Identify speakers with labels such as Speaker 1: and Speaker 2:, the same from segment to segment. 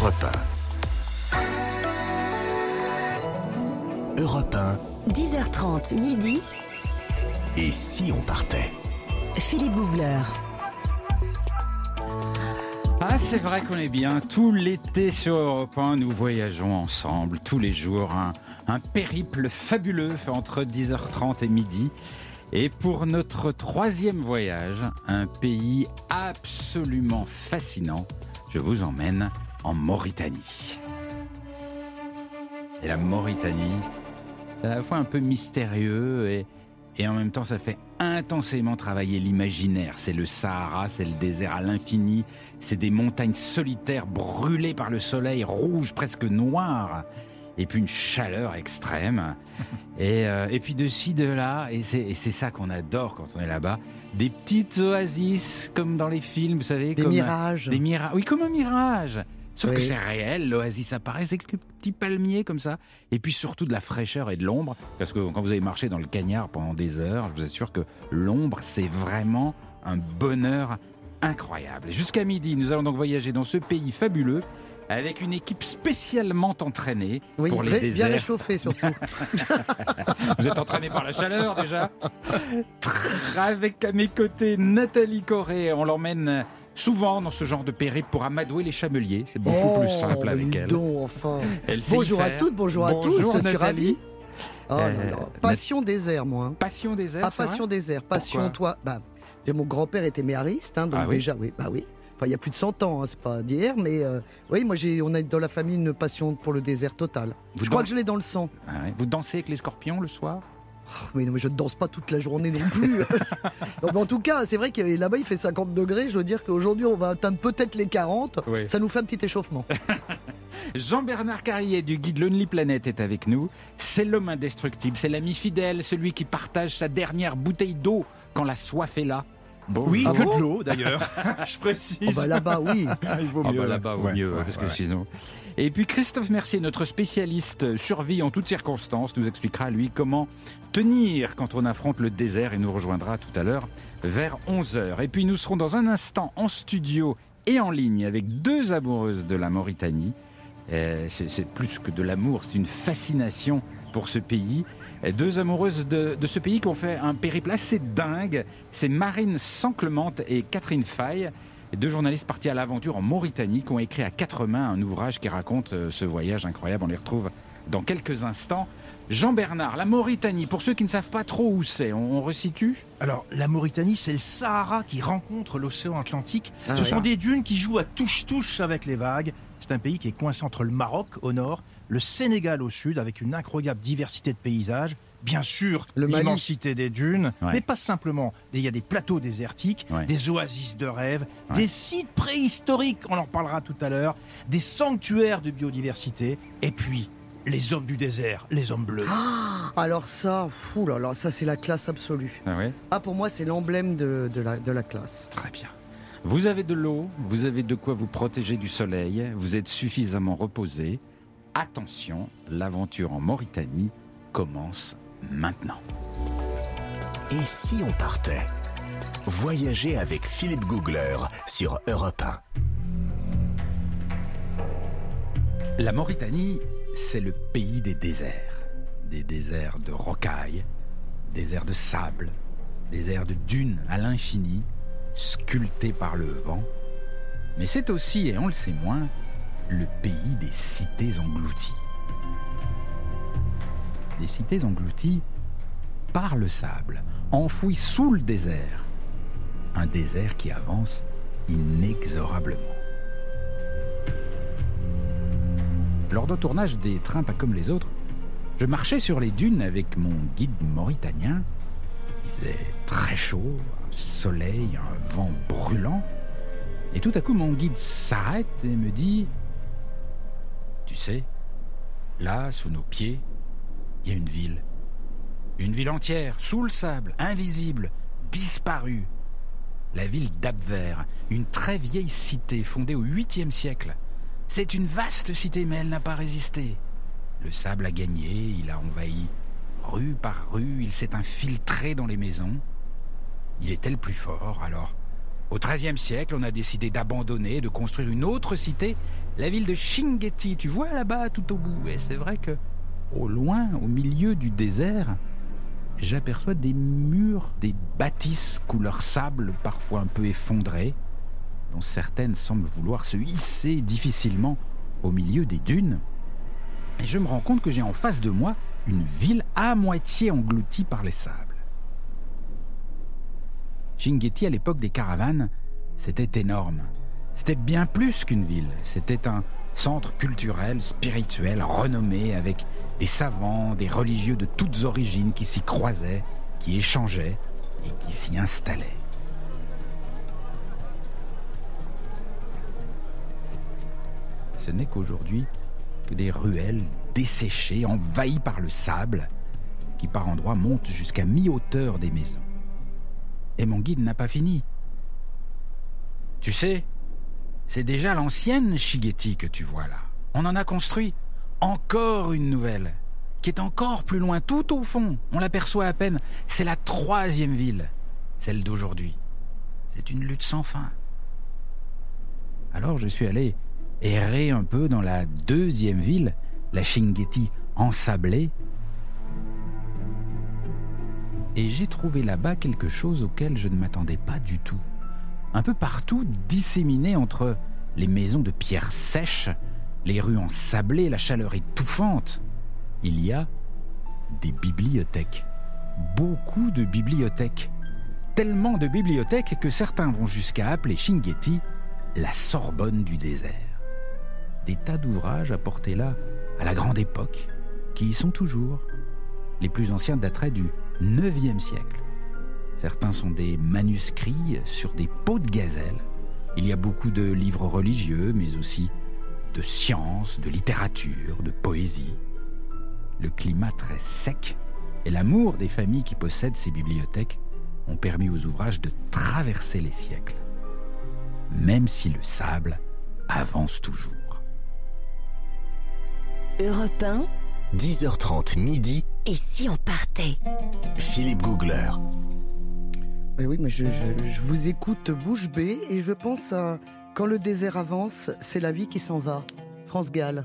Speaker 1: Europe 1. Europe 1.
Speaker 2: 10h30 midi.
Speaker 1: Et si on partait?
Speaker 2: Philippe Googler.
Speaker 3: Ah, c'est vrai qu'on est bien. Tout l'été sur Europe 1, nous voyageons ensemble, tous les jours. Un périple fabuleux entre 10h30 et midi. Et pour notre troisième voyage, un pays absolument fascinant, je vous emmène en Mauritanie. Et la Mauritanie, c'est à la fois un peu mystérieux et en même temps ça fait intensément travailler l'imaginaire. C'est le Sahara, c'est le désert à l'infini, c'est des montagnes solitaires brûlées par le soleil, rouges, presque noires, et puis une chaleur extrême. Et puis de ci, de là, et c'est ça qu'on adore quand on est là-bas, des petites oasis comme dans les films, vous savez.
Speaker 4: Des mirages.
Speaker 3: Oui, comme un mirage. Sauf
Speaker 4: Oui.
Speaker 3: que c'est réel, l'oasis apparaît, c'est quelques petits palmiers comme ça. Et puis surtout de la fraîcheur et de l'ombre. Parce que quand vous avez marché dans le cagnard pendant des heures, je vous assure que l'ombre, c'est vraiment un bonheur incroyable. Jusqu'à midi, nous allons donc voyager dans ce pays fabuleux avec une équipe spécialement entraînée
Speaker 4: Oui,
Speaker 3: pour les déserts.
Speaker 4: bien réchauffé surtout.
Speaker 3: Vous êtes entraîné par la chaleur déjà. Avec à mes côtés Nathalie Corré, on l'emmène souvent dans ce genre de périple pour amadouer les chameliers. C'est beaucoup plus simple avec elle.
Speaker 4: Donc, enfin.
Speaker 3: Elle sait y
Speaker 4: Bonjour à
Speaker 3: faire.
Speaker 4: toutes, bonjour à tous, je suis
Speaker 3: Nathalie.
Speaker 4: ravi. Oh là là. Passion désert, moi. Hein.
Speaker 3: Passion désert,
Speaker 4: Ah,
Speaker 3: c'est
Speaker 4: passion
Speaker 3: vrai
Speaker 4: désert, passion
Speaker 3: Pourquoi
Speaker 4: toi. Mon grand-père était méhariste, hein, donc
Speaker 3: Ah oui
Speaker 4: déjà, oui. Enfin, il y a plus de 100 ans, hein, c'est pas d'hier, mais oui, moi, on a dans la famille une passion pour le désert total.
Speaker 3: Vous
Speaker 4: Je crois
Speaker 3: dan-
Speaker 4: que je l'ai dans le sang.
Speaker 3: Ah ouais. Vous dansez avec les scorpions le soir?
Speaker 4: Oh, mais non, mais je ne danse pas toute la journée non plus. Donc, en tout cas, c'est vrai que là-bas, il fait 50 degrés. Je veux dire qu'aujourd'hui, on va atteindre peut-être les 40.
Speaker 3: Oui.
Speaker 4: Ça nous fait un petit échauffement.
Speaker 3: Jean-Bernard Carrier du guide Lonely Planet est avec nous. C'est l'homme indestructible, c'est l'ami fidèle, celui qui partage sa dernière bouteille d'eau quand la soif est là. Bonjour.
Speaker 5: Oui,
Speaker 4: Ah
Speaker 5: que
Speaker 4: bon
Speaker 5: de l'eau d'ailleurs. Je précise.
Speaker 4: Oh, bah, là-bas, oui.
Speaker 5: Il vaut mieux.
Speaker 3: Là-bas, vaut mieux, parce que sinon... Et puis Christophe Mercier, notre spécialiste survie en toutes circonstances, nous expliquera, lui, comment tenir quand on affronte le désert et nous rejoindra tout à l'heure vers 11h. Et puis nous serons dans un instant en studio et en ligne avec deux amoureuses de la Mauritanie. C'est plus que de l'amour, c'est une fascination pour ce pays. Deux amoureuses de ce pays qui ont fait un périple assez dingue. C'est Marine Sanclemente et Catherine Faye, deux journalistes partis à l'aventure en Mauritanie, qui ont écrit à quatre mains un ouvrage qui raconte ce voyage incroyable. On les retrouve dans quelques instants. Jean-Bernard, la Mauritanie, pour ceux qui ne savent pas trop où c'est, on resitue?
Speaker 5: Alors, la Mauritanie, c'est le Sahara qui rencontre l'océan Atlantique.
Speaker 4: Ah
Speaker 5: Ce
Speaker 4: oui.
Speaker 5: sont des dunes qui jouent à touche-touche avec les vagues. C'est un pays qui est coincé entre le Maroc au nord, le Sénégal au sud, avec une incroyable diversité de paysages. Bien sûr,
Speaker 4: Le Mali.
Speaker 5: l'immensité des dunes,
Speaker 3: Ouais.
Speaker 5: mais pas simplement. Il y a des plateaux désertiques,
Speaker 3: Ouais.
Speaker 5: des oasis de rêve,
Speaker 3: Ouais.
Speaker 5: des sites préhistoriques, on en reparlera tout à l'heure, des sanctuaires de biodiversité, et puis les hommes du désert, les hommes bleus.
Speaker 4: Alors ça, fou là là, ça c'est la classe absolue.
Speaker 3: Ah ouais.
Speaker 4: Ah, pour moi, c'est l'emblème de la classe.
Speaker 3: Très bien. Vous avez de l'eau, vous avez de quoi vous protéger du soleil, vous êtes suffisamment reposé. Attention, l'aventure en Mauritanie commence maintenant.
Speaker 1: Et si on partait? Voyager avec Philippe Googler sur Europe 1.
Speaker 3: La Mauritanie, c'est le pays des déserts. Des déserts de rocailles, déserts de sable, déserts de dunes à l'infini, sculptés par le vent. Mais c'est aussi, et on le sait moins, le pays des cités englouties. Des cités englouties par le sable, enfouies sous le désert. Un désert qui avance inexorablement. Lors d'un tournage des Trains pas comme les autres, je marchais sur les dunes avec mon guide mauritanien. Il faisait très chaud, un soleil, un vent brûlant. Et tout à coup, mon guide s'arrête et me dit « Tu sais, là, sous nos pieds, il y a une ville. Une ville entière, sous le sable, invisible, disparue. La ville d'Abver, une très vieille cité fondée au 8e siècle. C'est une vaste cité, mais elle n'a pas résisté. Le sable a gagné, il a envahi rue par rue, il s'est infiltré dans les maisons. Il était le plus fort, alors Au XIIIe siècle, on a décidé d'abandonner et de construire une autre cité, la ville de Chinguetti. Tu vois là-bas, tout au bout. Et c'est vrai que, au loin, au milieu du désert, j'aperçois des murs, des bâtisses couleur sable, parfois un peu effondrées, dont certaines semblent vouloir se hisser difficilement au milieu des dunes. Et je me rends compte que j'ai en face de moi une ville à moitié engloutie par les sables. Chinguetti, à l'époque des caravanes, c'était énorme. C'était bien plus qu'une ville. C'était un centre culturel, spirituel, renommé, avec des savants, des religieux de toutes origines qui s'y croisaient, qui échangeaient et qui s'y installaient. Ce n'est qu'aujourd'hui que des ruelles desséchées, envahies par le sable, qui par endroits montent jusqu'à mi-hauteur des maisons. Et mon guide n'a pas fini. Tu sais, c'est déjà l'ancienne Chinguetti que tu vois là. On en a construit encore une nouvelle, qui est encore plus loin, tout au fond. On l'aperçoit à peine. C'est la 3e ville, celle d'aujourd'hui. C'est une lutte sans fin. Alors je suis allé errer un peu dans la 2e ville, la Chinguetti ensablée, et j'ai trouvé là-bas quelque chose auquel je ne m'attendais pas du tout. Un peu partout, disséminé entre les maisons de pierre sèche, les rues ensablées, la chaleur étouffante, il y a des bibliothèques. Beaucoup de bibliothèques. Tellement de bibliothèques que certains vont jusqu'à appeler Chinguetti la Sorbonne du désert. Des tas d'ouvrages apportés là à la grande époque, qui y sont toujours. Les plus anciens dateraient du 9e siècle. Certains sont des manuscrits sur des peaux de gazelle. Il y a beaucoup de livres religieux, mais aussi de sciences, de littérature, de poésie. Le climat très sec et l'amour des familles qui possèdent ces bibliothèques ont permis aux ouvrages de traverser les siècles, même si le sable avance toujours.
Speaker 2: Europe 1,
Speaker 1: 10h30 midi,
Speaker 2: et si on partait?
Speaker 1: Philippe Googler.
Speaker 4: Ben oui, mais je vous écoute bouche bée et je pense à quand le désert avance, c'est la vie qui s'en va. France Gall.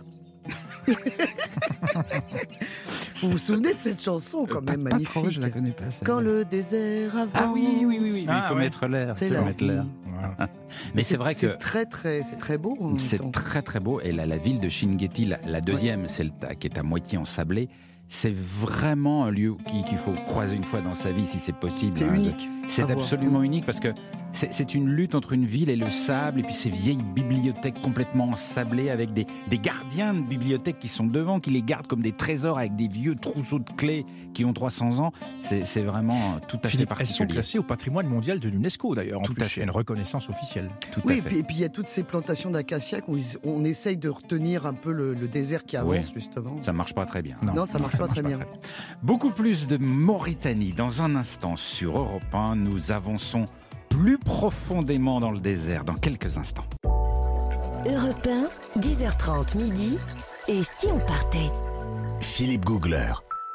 Speaker 4: Vous vous souvenez de cette chanson quand même magnifique?
Speaker 3: Pas trop, je la connais pas.
Speaker 4: Quand le désert avance.
Speaker 3: Ah oui, mais il faut
Speaker 5: ouais.
Speaker 3: mettre l'air.
Speaker 4: C'est
Speaker 3: il faut
Speaker 4: la
Speaker 3: mettre
Speaker 4: vie.
Speaker 3: l'air. Mais c'est vrai que
Speaker 4: c'est très beau. en même
Speaker 3: c'est
Speaker 4: temps.
Speaker 3: très très beau. Et la ville de Chinguetti, la deuxième, celle qui est à moitié ensablée, c'est vraiment un lieu qu'il faut croiser une fois dans sa vie si c'est possible.
Speaker 4: C'est unique.
Speaker 3: C'est
Speaker 4: à voir.
Speaker 3: absolument unique parce que c'est une lutte entre une ville et le sable, et puis ces vieilles bibliothèques complètement ensablées avec des gardiens de bibliothèques qui sont devant, qui les gardent comme des trésors avec des vieux trousseaux de clés qui ont 300 ans. C'est vraiment tout à fait
Speaker 5: Philippe, elles sont
Speaker 3: particulier.
Speaker 5: classées au patrimoine mondial de l'UNESCO d'ailleurs.
Speaker 3: Tout à fait.
Speaker 5: Il y a une reconnaissance officielle.
Speaker 3: Tout à
Speaker 4: Oui,
Speaker 3: fait.
Speaker 4: et puis il y a toutes ces plantations d'acacias où on essaye de retenir un peu le désert qui avance,
Speaker 3: Ouais.
Speaker 4: justement.
Speaker 3: Ça marche pas très bien.
Speaker 4: Non, ça marche pas très bien.
Speaker 3: Beaucoup plus de Mauritanie dans un instant sur Europe 1. Nous avançons plus profondément dans le désert dans quelques instants.
Speaker 2: Europe 1, 10h30 midi, et si on partait?
Speaker 1: Philippe Googler.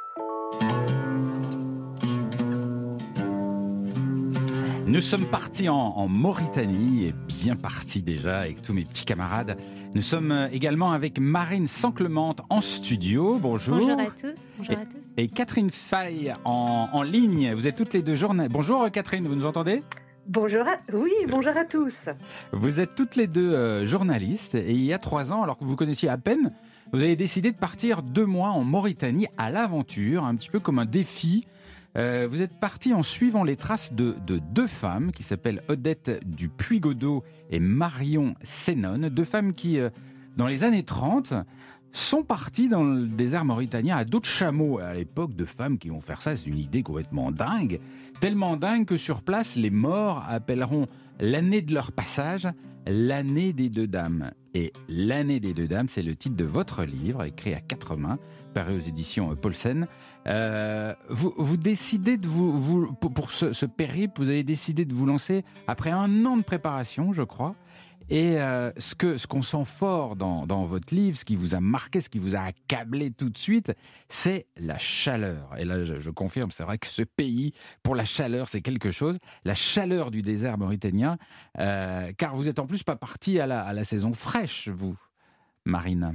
Speaker 3: Nous sommes partis en Mauritanie, et bien partis déjà avec tous mes petits camarades. Nous sommes également avec Marine Sanclemente en studio. Bonjour.
Speaker 6: Bonjour à tous. Bonjour à tous.
Speaker 3: Et Catherine Fay en ligne. Vous êtes toutes les deux journalistes. Bonjour Catherine, vous nous entendez ?
Speaker 7: Bonjour à tous.
Speaker 3: Vous êtes toutes les deux journalistes, et il y a 3 ans, alors que vous connaissiez à peine, vous avez décidé de partir 2 mois en Mauritanie à l'aventure, un petit peu comme un défi. Vous êtes partis en suivant les traces de 2 femmes qui s'appellent Odette du Puy-Godot et Marion Sénon, 2 femmes qui, dans les années 30, sont parties dans le désert mauritanien à dos de chameau. À l'époque, 2 femmes qui vont faire ça, c'est une idée complètement dingue. Tellement dingue que sur place, les morts appelleront l'année de leur passage l'année des 2 dames. Et l'année des 2 dames, c'est le titre de votre livre, écrit à 4 mains, paru aux éditions Paulsen. Vous décidez de pour ce périple, vous avez décidé de vous lancer après 1 an de préparation, je crois. Et ce qu'on sent fort dans votre livre, ce qui vous a marqué, ce qui vous a accablé tout de suite, c'est la chaleur. Et là, je confirme, c'est vrai que ce pays, pour la chaleur, c'est quelque chose. La chaleur du désert mauritanien, car vous êtes en plus pas parti à la saison fraîche, vous, Marine.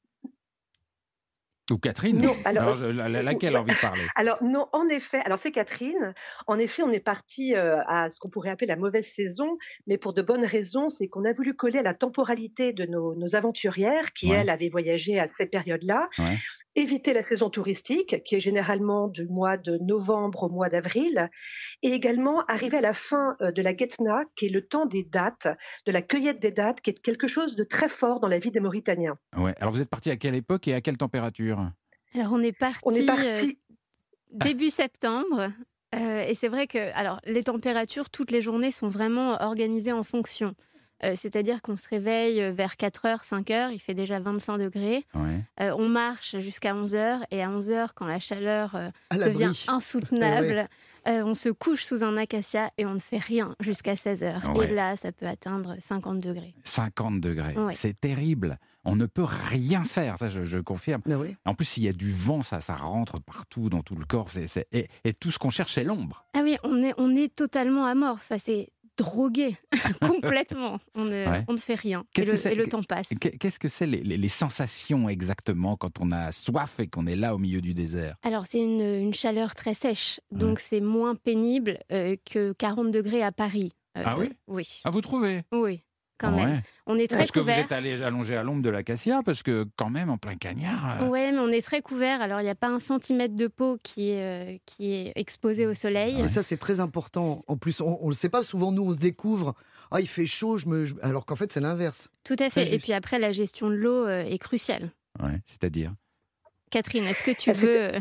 Speaker 3: Ou Catherine.
Speaker 7: Non,
Speaker 3: laquelle a envie de parler?
Speaker 7: Alors non, en effet, alors c'est Catherine. En effet, on est parti à ce qu'on pourrait appeler la mauvaise saison, mais pour de bonnes raisons. C'est qu'on a voulu coller à la temporalité de nos aventurières qui, elles, avaient voyagé à cette période-là.
Speaker 3: Ouais.
Speaker 7: Éviter la saison touristique, qui est généralement du mois de novembre au mois d'avril, et également arriver à la fin de la Guetna, qui est le temps des dattes, de la cueillette des dattes, qui est quelque chose de très fort dans la vie des Mauritaniens.
Speaker 3: Ouais. Alors vous êtes parti à quelle époque et à quelle température?
Speaker 6: Alors on est parti début septembre. Et c'est vrai que les températures, toutes les journées sont vraiment organisées en fonction. C'est-à-dire qu'on se réveille vers 4h, 5h, il fait déjà 25 degrés. Ouais. On marche jusqu'à 11h et à 11h, quand la chaleur devient insoutenable, on se couche sous un acacia et on ne fait rien jusqu'à 16h. Ouais. Et là, ça peut atteindre 50 degrés.
Speaker 3: 50 degrés,
Speaker 6: ouais.
Speaker 3: C'est terrible. On ne peut rien faire, ça je confirme.
Speaker 4: Oui.
Speaker 3: En plus, s'il y a du vent, ça rentre partout dans tout le corps. Et tout ce qu'on cherche, c'est l'ombre.
Speaker 6: Ah oui, on est totalement amorphe. Enfin, c'est drogué complètement. On ne fait rien. Et le temps passe.
Speaker 3: Qu'est-ce que c'est les sensations exactement quand on a soif et qu'on est là au milieu du désert?
Speaker 6: Alors, c'est une chaleur très sèche. Donc, c'est moins pénible que 40 degrés à Paris.
Speaker 3: Ah oui?
Speaker 6: Oui.
Speaker 3: Ah, vous trouvez?
Speaker 6: Oui. Quand même. On est très
Speaker 3: Est-ce que
Speaker 6: couvert.
Speaker 3: vous êtes allé allonger à l'ombre de l'acacia? Parce que quand même, en plein cagnard...
Speaker 6: Oui, mais on est très couvert. Alors, il n'y a pas un centimètre de peau qui est exposé au soleil.
Speaker 4: Et ça, c'est très important. En plus, on ne le sait pas. Souvent, nous, on se découvre. Ah, il fait chaud, alors qu'en fait, c'est l'inverse.
Speaker 6: Tout à fait. Et puis après, la gestion de l'eau est cruciale.
Speaker 3: Ouais, c'est-à-dire?
Speaker 6: Catherine, est-ce que tu veux...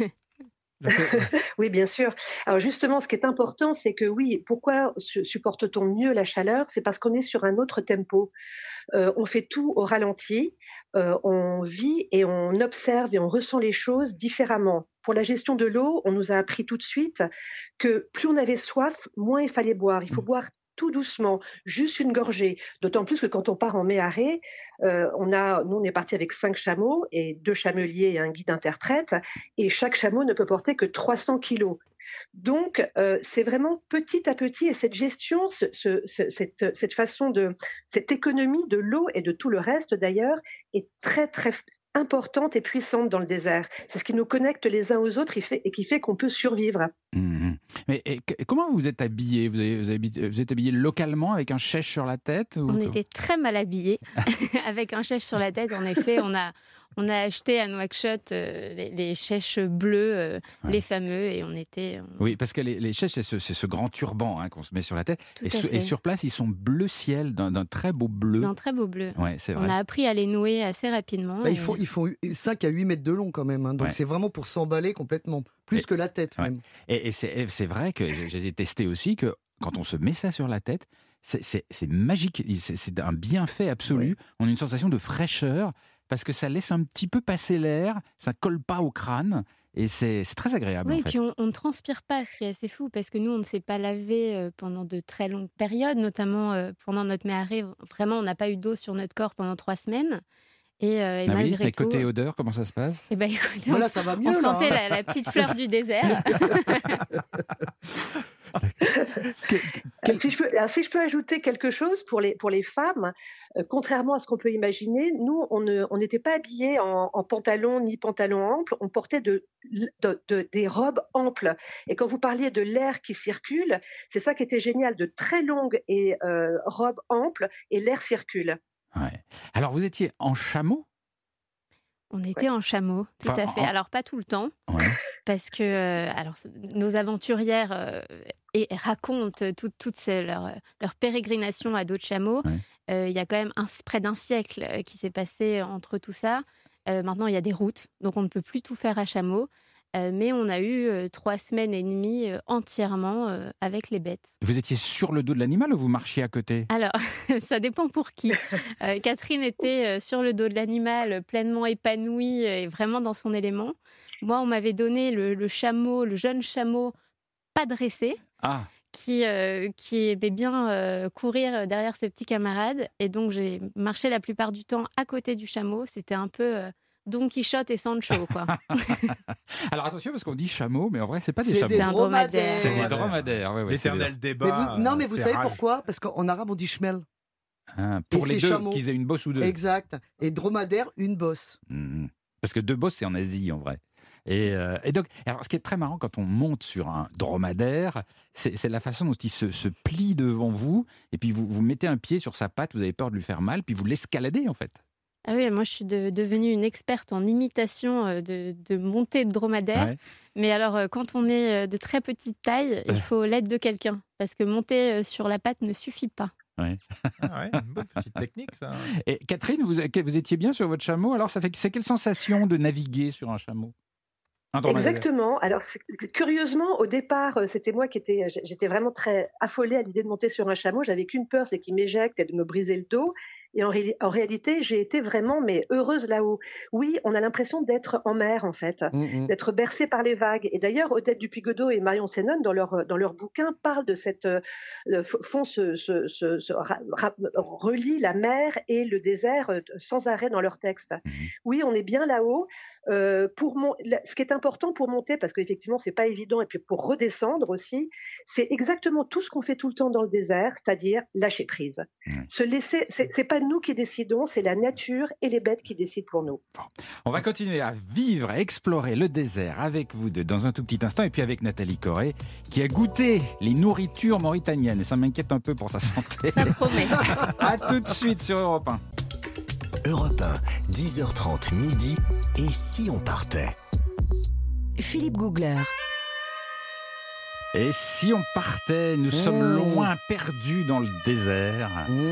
Speaker 7: Oui, bien sûr. Alors justement, ce qui est important, c'est que oui, pourquoi supporte-t-on mieux la chaleur? C'est parce qu'on est sur un autre tempo. On fait tout au ralenti, on vit et on observe et on ressent les choses différemment. Pour la gestion de l'eau, on nous a appris tout de suite que plus on avait soif, moins il fallait boire. Il faut boire tout doucement, juste une gorgée. D'autant plus que quand on part en Méharé, nous on est parti avec 5 chameaux et 2 chameliers et un guide interprète, et chaque chameau ne peut porter que 300 kilos. Donc, c'est vraiment petit à petit, et cette gestion, cette façon cette économie de l'eau et de tout le reste d'ailleurs, est très très importante et puissante dans le désert. C'est ce qui nous connecte les uns aux autres et qui fait qu'on peut survivre.
Speaker 3: Mmh. Mais comment vous êtes habillé? Vous êtes habillé localement avec un chèche sur la tête ou...
Speaker 6: On était très mal habillés avec un chèche sur la tête. En effet, on a acheté à Nouakchott les chèches bleus, les fameux, et on était...
Speaker 3: Oui, parce que les chèches, c'est ce grand turban qu'on se met sur la tête. Et sur place, ils sont bleu ciel, d'un très beau bleu.
Speaker 6: D'un très beau bleu.
Speaker 3: Ouais, c'est vrai.
Speaker 6: On a appris à les nouer assez rapidement.
Speaker 4: Bah, ils font 5 à 8 mètres de long quand même. Donc c'est vraiment pour s'emballer complètement. Plus que la tête même.
Speaker 3: Et c'est vrai que j'ai testé aussi que quand on se met ça sur la tête, c'est magique. C'est un bienfait absolu. On a une sensation de fraîcheur parce que ça laisse un petit peu passer l'air, ça ne colle pas au crâne. Et c'est très agréable.
Speaker 6: Oui,
Speaker 3: en fait.
Speaker 6: Puis on ne transpire pas, ce qui est assez fou, parce que nous, on ne s'est pas lavé pendant de très longues périodes, notamment pendant notre méharé. Vraiment, on n'a pas eu d'eau sur notre corps pendant 3 semaines. Et malgré
Speaker 3: tout. Côté odeur, comment ça se passe?
Speaker 6: Eh ben, écoutez,
Speaker 4: voilà, ça va mieux,
Speaker 6: on sentait la petite fleur du désert.
Speaker 7: Si je peux ajouter quelque chose pour les femmes, contrairement à ce qu'on peut imaginer, nous, on n'était pas habillés en pantalon ni pantalon ample, on portait des robes amples. Et quand vous parliez de l'air qui circule, c'est ça qui était génial, de très longues robes amples et l'air circule.
Speaker 3: Ouais. Alors, vous étiez en chameau?
Speaker 6: On était en chameau, tout à fait. Alors, pas tout le temps, parce que nos aventurières racontent toutes leur pérégrination à dos de chameau. Il y a quand même près d'1 siècle qui s'est passé entre tout ça. Maintenant, il y a des routes, donc on ne peut plus tout faire à chameau. Mais on a eu 3 semaines et demie entièrement avec les bêtes.
Speaker 3: Vous étiez sur le dos de l'animal ou vous marchiez à côté?
Speaker 6: Alors, ça dépend pour qui. Catherine était sur le dos de l'animal, pleinement épanouie et vraiment dans son élément. Moi, on m'avait donné le jeune chameau pas dressé, qui aimait bien courir derrière ses petits camarades. Et donc, j'ai marché la plupart du temps à côté du chameau. C'était un peu Don Quichotte et Sancho, quoi.
Speaker 3: Alors attention, parce qu'on dit chameau, mais en vrai, c'est pas des
Speaker 4: C'est
Speaker 3: chameaux.
Speaker 4: des dromadaires.
Speaker 3: C'est des dromadaires. Ouais,
Speaker 5: L'éternel débat.
Speaker 4: Mais vous savez
Speaker 5: fait rage.
Speaker 4: pourquoi? Parce qu'en arabe, on dit shmel.
Speaker 3: Pour
Speaker 4: Et
Speaker 3: les
Speaker 4: ces
Speaker 3: deux,
Speaker 4: chameaux.
Speaker 3: qu'ils aient une bosse ou deux.
Speaker 4: Exact. Et dromadaire, une bosse.
Speaker 3: Parce que deux bosses, c'est en Asie, en vrai. Et donc, alors, ce qui est très marrant quand on monte sur un dromadaire, c'est la façon dont il se plie devant vous, et puis vous mettez un pied sur sa patte, vous avez peur de lui faire mal, puis vous l'escaladez, en fait.
Speaker 6: Ah oui, moi je suis devenue une experte en imitation de montée de dromadaire.
Speaker 3: Ouais.
Speaker 6: Mais alors, quand on est de très petite taille, il faut l'aide de quelqu'un. Parce que monter sur la patte ne suffit pas.
Speaker 5: Ah ouais, une bonne petite technique, ça.
Speaker 3: Et Catherine, vous étiez bien sur votre chameau, alors c'est quelle sensation de naviguer sur un chameau?
Speaker 7: Exactement. Alors, curieusement, au départ, c'était moi j'étais vraiment très affolée à l'idée de monter sur un chameau. J'avais qu'une peur, c'est qu'il m'éjecte et de me briser le dos. Et en réalité, j'ai été vraiment heureuse là-haut. Oui, on a l'impression d'être en mer, en fait, d'être bercé par les vagues. Et d'ailleurs, Odette Dupuy-Godot et Marion Sénon, dans leur bouquin, parlent de relient la mer et le désert sans arrêt dans leurs textes. Oui, on est bien là-haut. Ce qui est important pour monter, parce qu'effectivement, c'est pas évident, et puis pour redescendre aussi, c'est exactement tout ce qu'on fait tout le temps dans le désert, c'est-à-dire lâcher prise. Se laisser, c'est pas nous qui décidons, c'est la nature et les bêtes qui décident pour nous.
Speaker 3: Bon. On va continuer à vivre, à explorer le désert avec vous deux dans un tout petit instant, et puis avec Nathalie Corée, qui a goûté les nourritures mauritaniennes, et ça m'inquiète un peu pour sa santé.
Speaker 6: Ça promet.
Speaker 3: À tout de suite sur Europe 1.
Speaker 1: Europe 1, 10h30 midi. Et si on partait?
Speaker 2: Philippe Googler.
Speaker 3: Et si on partait, nous sommes loin perdus dans le désert,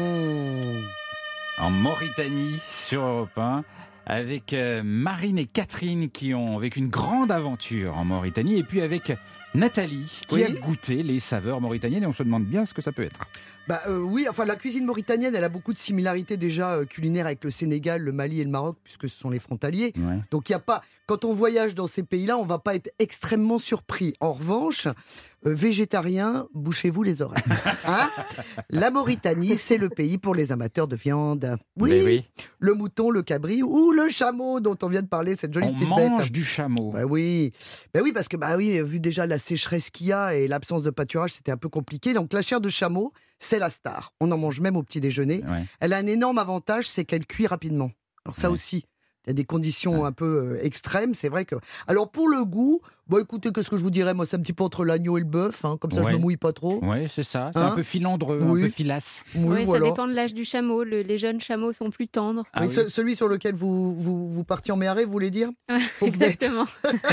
Speaker 3: en Mauritanie, sur Europe 1, avec Marine et Catherine qui ont vécu une grande aventure en Mauritanie, et puis avec Nathalie qui a goûté les saveurs mauritaniennes, et on se demande bien ce que ça peut être.
Speaker 4: Oui, enfin la cuisine mauritanienne, elle a beaucoup de similarités déjà culinaires avec le Sénégal, le Mali et le Maroc, puisque ce sont les frontaliers. Ouais. Donc il y a pas, quand on voyage dans ces pays-là, on va pas être extrêmement surpris. En revanche, végétarien, bouchez-vous les oreilles. Hein? La Mauritanie, c'est le pays pour les amateurs de viande. Oui, le mouton, le cabri ou le chameau dont on vient de parler, cette jolie petite bête.
Speaker 3: On mange du chameau.
Speaker 4: Oui, parce que vu déjà la sécheresse qu'il y a et l'absence de pâturage, c'était un peu compliqué. Donc la chair de chameau, c'est la star. On en mange même au petit déjeuner. Ouais. Elle a un énorme avantage, c'est qu'elle cuit rapidement. Alors ça aussi, il y a des conditions un peu extrêmes, c'est vrai que... Alors pour le goût, écoutez, qu'est-ce que je vous dirais? Moi, c'est un petit peu entre l'agneau et le bœuf, comme ça je me mouille pas trop.
Speaker 3: Oui, c'est ça. C'est un peu filandreux, un peu filasse.
Speaker 6: Oui, voilà. Ça dépend de l'âge du chameau. Les jeunes chameaux sont plus tendres.
Speaker 4: Celui sur lequel vous partiez en méharé, vous voulez dire?
Speaker 6: Exactement.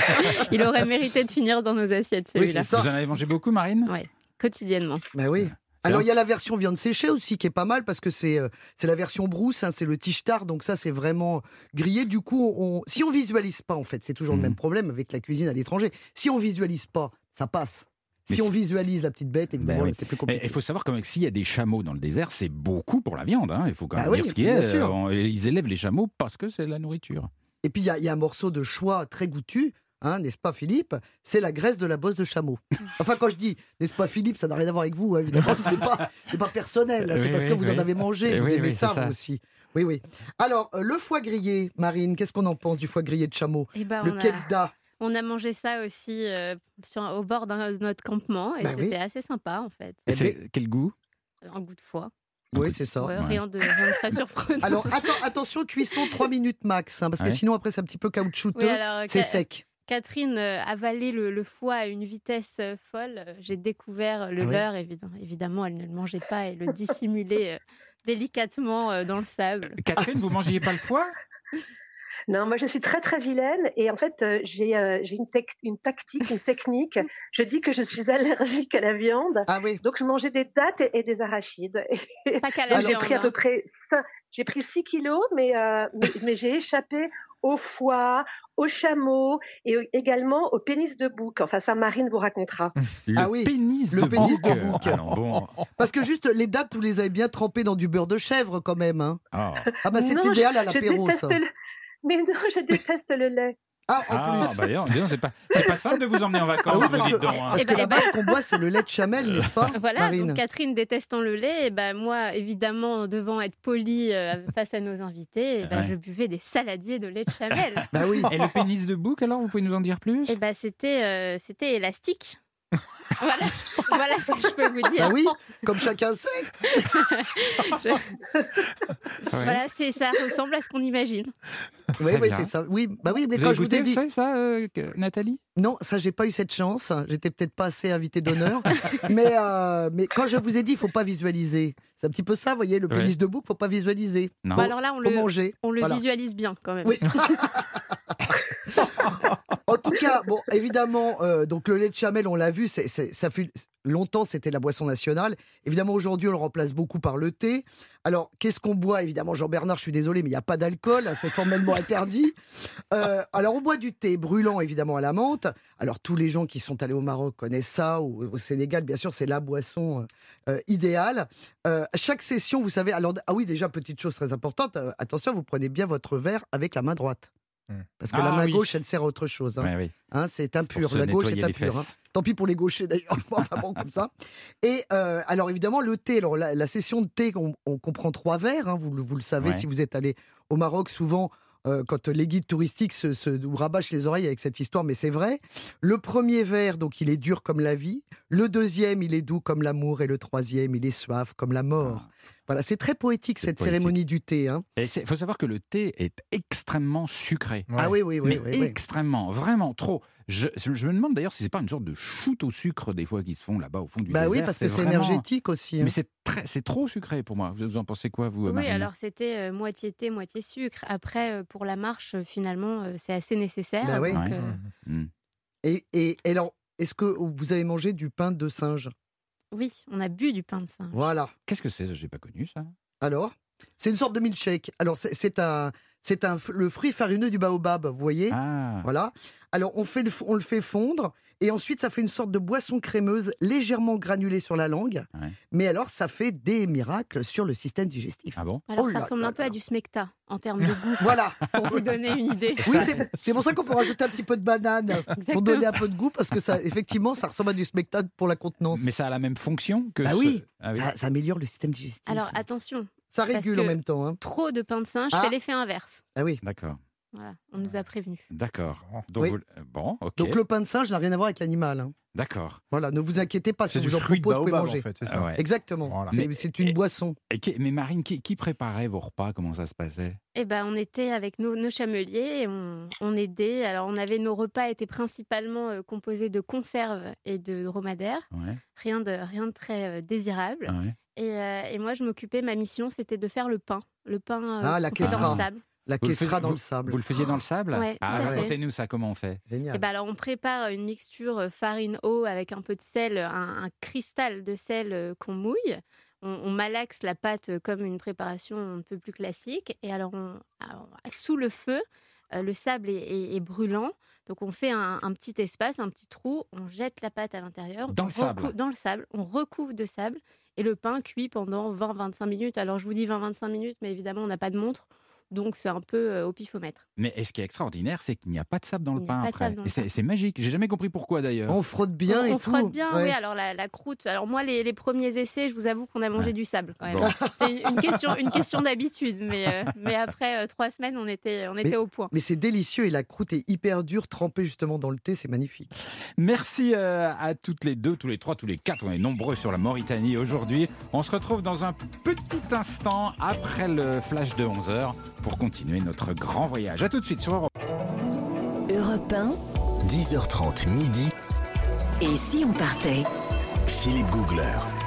Speaker 6: Il aurait mérité de finir dans nos assiettes, celui-là.
Speaker 3: Vous en avez mangé beaucoup, Marine?
Speaker 6: Oui, quotidiennement.
Speaker 4: Oui. Alors il y a la version viande séchée aussi qui est pas mal parce que c'est la version brousse, c'est le tishtar, donc ça c'est vraiment grillé. Du coup, si on visualise pas, en fait, c'est toujours le même problème avec la cuisine à l'étranger. Si on visualise pas, ça passe. Si on visualise la petite bête, évidemment, c'est plus compliqué.
Speaker 3: Il faut savoir que s'il y a des chameaux dans le désert, c'est beaucoup pour la viande. Il faut quand même dire ce qui est. Ils élèvent les chameaux parce que c'est la nourriture.
Speaker 4: Et puis il y a un morceau de choix très goûtu. N'est-ce pas Philippe? C'est la graisse de la bosse de chameau. Enfin, quand je dis, n'est-ce pas Philippe, ça n'a rien à voir avec vous, évidemment, c'est pas personnel, c'est parce que vous en avez mangé, vous aimez ça, vous aussi. Oui. Alors, le foie grillé, Marine, qu'est-ce qu'on en pense du foie grillé de chameau? Le kebda.
Speaker 6: On a mangé ça aussi au bord de notre campement, et c'était assez sympa, en fait.
Speaker 3: Et c'est quel goût?
Speaker 6: Un goût de foie.
Speaker 4: Oui, c'est ça.
Speaker 6: Rien de très surprenant.
Speaker 4: Alors, attention, cuisson 3 minutes max, parce que sinon, après, c'est un petit peu caoutchouteux, c'est sec.
Speaker 6: Catherine avalait le foie à une vitesse folle. J'ai découvert le leur. Évidemment, elle ne le mangeait pas et le dissimulait délicatement dans le sable.
Speaker 3: Catherine, vous ne mangiez pas le foie?
Speaker 7: Non, moi je suis très très vilaine et en fait j'ai une technique. Je dis que je suis allergique à la viande, donc je mangeais des dattes et des arachides.
Speaker 6: Pas qu'à la viande.
Speaker 7: J'ai pris à peu près, j'ai pris 6 kilos, mais j'ai échappé au foie, au chameau et également au pénis de bouc. Enfin, ça, Marine vous racontera.
Speaker 3: Pénis de bouc. Bon.
Speaker 4: Parce que juste, les dattes, vous les avez bien trempées dans du beurre de chèvre quand même. C'est
Speaker 7: non,
Speaker 4: idéal à l'apéro, ça.
Speaker 7: Mais non, je déteste le lait.
Speaker 4: En plus.
Speaker 3: Disons, c'est pas simple de vous emmener en vacances, vous dites donc.
Speaker 4: Parce que là-bas, ce qu'on boit, c'est le lait de chamel, n'est-ce pas,
Speaker 6: Voilà,
Speaker 4: Marine?
Speaker 6: donc Catherine détestant le lait, et moi, évidemment, devant être polie face à nos invités, je buvais des saladiers de lait de chamel.
Speaker 4: Bah oui.
Speaker 3: Et le pénis de bouc, alors, vous pouvez nous en dire plus?
Speaker 6: C'était élastique. voilà ce que je peux vous dire.
Speaker 4: Bah oui, comme chacun sait.
Speaker 6: Voilà, ça ressemble à ce qu'on imagine.
Speaker 4: Oui, c'est ça. Oui, mais
Speaker 3: vous
Speaker 4: quand
Speaker 3: avez
Speaker 4: je vous ai dit
Speaker 3: ça, Nathalie?
Speaker 4: Non, ça, j'ai pas eu cette chance. J'étais peut-être pas assez invité d'honneur. mais quand je vous ai dit, il faut pas visualiser. C'est un petit peu ça, vous voyez, le pénis de bouc, faut pas visualiser.
Speaker 3: Non.
Speaker 6: Alors là,
Speaker 4: on
Speaker 6: le visualise bien quand même.
Speaker 4: Oui. En tout cas, évidemment, donc le lait de chamel, on l'a vu, ça fut longtemps, c'était la boisson nationale. Évidemment, aujourd'hui, on le remplace beaucoup par le thé. Alors, qu'est-ce qu'on boit? Évidemment, Jean-Bernard, je suis désolé, mais il n'y a pas d'alcool, c'est formellement interdit. Alors, on boit du thé brûlant, évidemment, à la menthe. Alors, tous les gens qui sont allés au Maroc connaissent ça, ou au Sénégal, bien sûr, c'est la boisson idéale. Chaque session, vous savez, alors, déjà, petite chose très importante, attention, vous prenez bien votre verre avec la main droite. Parce que la main gauche, elle sert à autre chose. C'est impur. La gauche est impure. Tant pis pour les gauchers d'ailleurs. Comme ça. Et alors évidemment, le thé. Alors la session de thé, on comprend 3 verres. Vous le savez si vous êtes allé au Maroc. Souvent, quand les guides touristiques se rabâchent les oreilles avec cette histoire, mais c'est vrai. Le premier verre, donc, il est dur comme la vie. Le deuxième, il est doux comme l'amour. Et le troisième, il est suave comme la mort. Voilà, c'est très poétique cette cérémonie du thé.
Speaker 3: Il faut savoir que le thé est extrêmement sucré.
Speaker 4: Ah oui.
Speaker 3: Extrêmement, vraiment trop. Je me demande d'ailleurs si c'est pas une sorte de shoot au sucre des fois qui se font là-bas au fond du désert.
Speaker 4: Oui, parce que c'est énergétique aussi.
Speaker 3: Mais c'est trop sucré pour moi. Vous en pensez quoi, vous, Marine?
Speaker 6: Oui, alors c'était moitié thé, moitié sucre. Après, pour la marche, finalement, c'est assez nécessaire.
Speaker 4: Et alors, est-ce que vous avez mangé du pain de singe?
Speaker 6: Oui, on a bu du pain de singe.
Speaker 4: Voilà.
Speaker 3: Qu'est-ce que c'est? J'ai pas connu ça.
Speaker 4: Alors, c'est une sorte de milkshake. Alors, c'est le fruit farineux du baobab, vous voyez? Voilà. Alors, on le fait fondre, et ensuite, ça fait une sorte de boisson crémeuse légèrement granulée sur la langue. Mais alors, ça fait des miracles sur le système digestif.
Speaker 3: Ah bon?
Speaker 6: Alors, ça ressemble un peu à du smecta, en termes de goût.
Speaker 4: Voilà.
Speaker 6: Pour vous donner une idée.
Speaker 4: Oui, c'est pour ça qu'on peut rajouter un petit peu de banane, pour donner un peu de goût, parce que ça, effectivement, ça ressemble à du smecta pour la contenance.
Speaker 3: Mais ça a la même fonction que
Speaker 4: ça améliore le système digestif.
Speaker 6: Alors, attention.
Speaker 4: Ça régule en même temps.
Speaker 6: Trop de pain de singe fait l'effet inverse.
Speaker 4: Ah oui.
Speaker 3: D'accord.
Speaker 6: Voilà, on nous a prévenus.
Speaker 3: D'accord. Donc, ok.
Speaker 4: Donc le pain de singe n'a rien à voir avec l'animal.
Speaker 3: D'accord.
Speaker 4: Voilà, ne vous inquiétez pas, si
Speaker 5: c'est
Speaker 4: vous en
Speaker 5: fruit
Speaker 4: propose, vous pouvez
Speaker 5: baobab,
Speaker 4: manger.
Speaker 5: en fait, c'est ça.
Speaker 3: Ouais.
Speaker 4: Exactement. Voilà. C'est une boisson.
Speaker 3: Mais Marine, qui préparait vos repas? Comment ça se passait?
Speaker 6: On était avec nos chameliers et on aidait. Alors, nos repas étaient principalement composés de conserves et de dromadaires. Rien de très désirable. Et moi, je m'occupais, ma mission, c'était de faire le pain. Le pain dans le sable.
Speaker 4: La questra dans le sable.
Speaker 3: Vous le faisiez dans le sable?
Speaker 6: Ouais,
Speaker 3: racontez-nous ça, comment on fait?
Speaker 4: Génial.
Speaker 6: Alors, on prépare une mixture farine-eau avec un peu de sel, un cristal de sel qu'on mouille. On malaxe la pâte comme une préparation un peu plus classique. Et alors sous le feu, le sable est brûlant. Donc, on fait un petit espace, un petit trou. On jette la pâte à l'intérieur.
Speaker 3: Dans le sable.
Speaker 6: On recouvre de sable. Et le pain cuit pendant 20-25 minutes. Alors, je vous dis 20-25 minutes, mais évidemment, on n'a pas de montre. Donc, c'est un peu au pifomètre.
Speaker 3: Mais ce qui est extraordinaire, c'est qu'il n'y a pas de sable dans le pain après. Et c'est magique. J'ai jamais compris pourquoi, d'ailleurs.
Speaker 4: On frotte bien
Speaker 6: on frotte bien, oui. Alors, la croûte... Alors, moi, les premiers essais, je vous avoue qu'on a mangé du sable, quand même. Bon. C'est une question d'habitude. Mais après 3 semaines, on était au point.
Speaker 4: Mais c'est délicieux et la croûte est hyper dure, trempée justement dans le thé. C'est magnifique.
Speaker 3: Merci à toutes les deux, tous les trois, tous les quatre. On est nombreux sur la Mauritanie aujourd'hui. On se retrouve dans un petit instant après le flash de 11h. Pour continuer notre grand voyage. À tout de suite sur Europe.
Speaker 2: Europe 1.
Speaker 1: 10h30 midi.
Speaker 2: Et si on partait?
Speaker 1: Philippe Googler.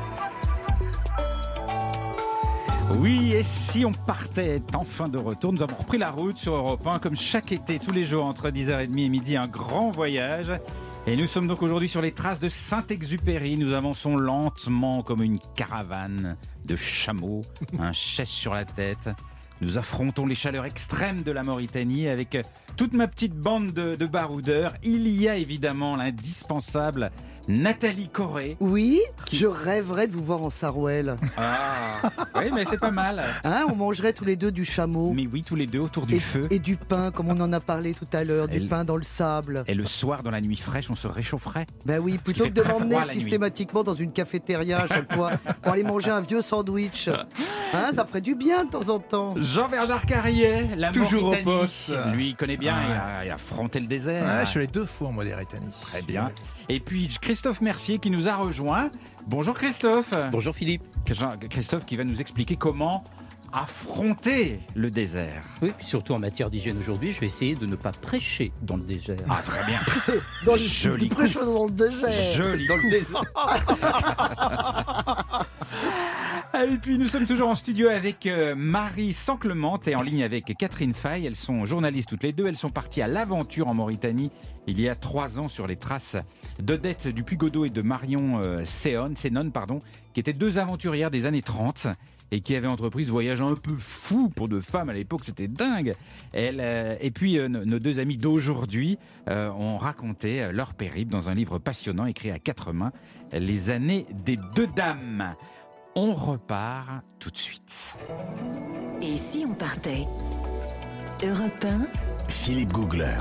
Speaker 3: Oui, et si on partait enfin de retour? Nous avons repris la route sur Europe 1, comme chaque été, tous les jours, entre 10h30 et midi, un grand voyage. Et nous sommes donc aujourd'hui sur les traces de Saint-Exupéry. Nous avançons lentement comme une caravane de chameaux, un chêne sur la tête. Nous affrontons les chaleurs extrêmes de la Mauritanie avec toute ma petite bande de baroudeurs. Il y a évidemment l'indispensable Nathalie Corré.
Speaker 4: Oui, je rêverais de vous voir en Sarouel.
Speaker 3: Ah, oui, mais c'est pas mal.
Speaker 4: Hein, on mangerait tous les deux du chameau.
Speaker 3: Mais oui, tous les deux autour du feu.
Speaker 4: Et du pain, comme on en a parlé tout à l'heure, du pain dans le sable.
Speaker 3: Et le soir, dans la nuit fraîche, on se réchaufferait.
Speaker 4: Ben oui, plutôt que de m'emmener systématiquement dans une cafétéria à chaque fois pour aller manger un vieux sandwich. Hein, ça ferait du bien de temps en temps.
Speaker 3: Jean-Bernard Carrier, la
Speaker 5: toujours
Speaker 3: Mauritanie.
Speaker 5: au poste.
Speaker 3: Lui, il connaît bien, il a affronté le désert.
Speaker 5: Ouais, je suis allé 2 fois en Mauritanie.
Speaker 3: Très bien. Et puis Christophe Mercier qui nous a rejoint. Bonjour Christophe.
Speaker 8: Bonjour Philippe.
Speaker 3: Christophe qui va nous expliquer comment affronter le désert.
Speaker 8: Oui, puis surtout en matière d'hygiène aujourd'hui, je vais essayer de ne pas prêcher dans le désert.
Speaker 3: Ah, très bien.
Speaker 4: Tu prêches dans le désert.
Speaker 3: Joli dans le désert. Et puis nous sommes toujours en studio avec Marie Sanclement et en ligne avec Catherine Fay. Elles sont journalistes toutes les deux. Elles sont parties à l'aventure en Mauritanie il y a 3 ans sur les traces d'Odette Dupuy-Godot et de Marion Sénon, qui étaient 2 aventurières des années 30 et qui avaient entrepris ce voyage un peu fou pour 2 femmes à l'époque, c'était dingue. Et puis nos 2 amis d'aujourd'hui ont raconté leur périple dans un livre passionnant écrit à 4 mains, Les années des 2 dames. On repart tout de suite.
Speaker 2: Et si on partait? Europe 1,
Speaker 1: Philippe Googler.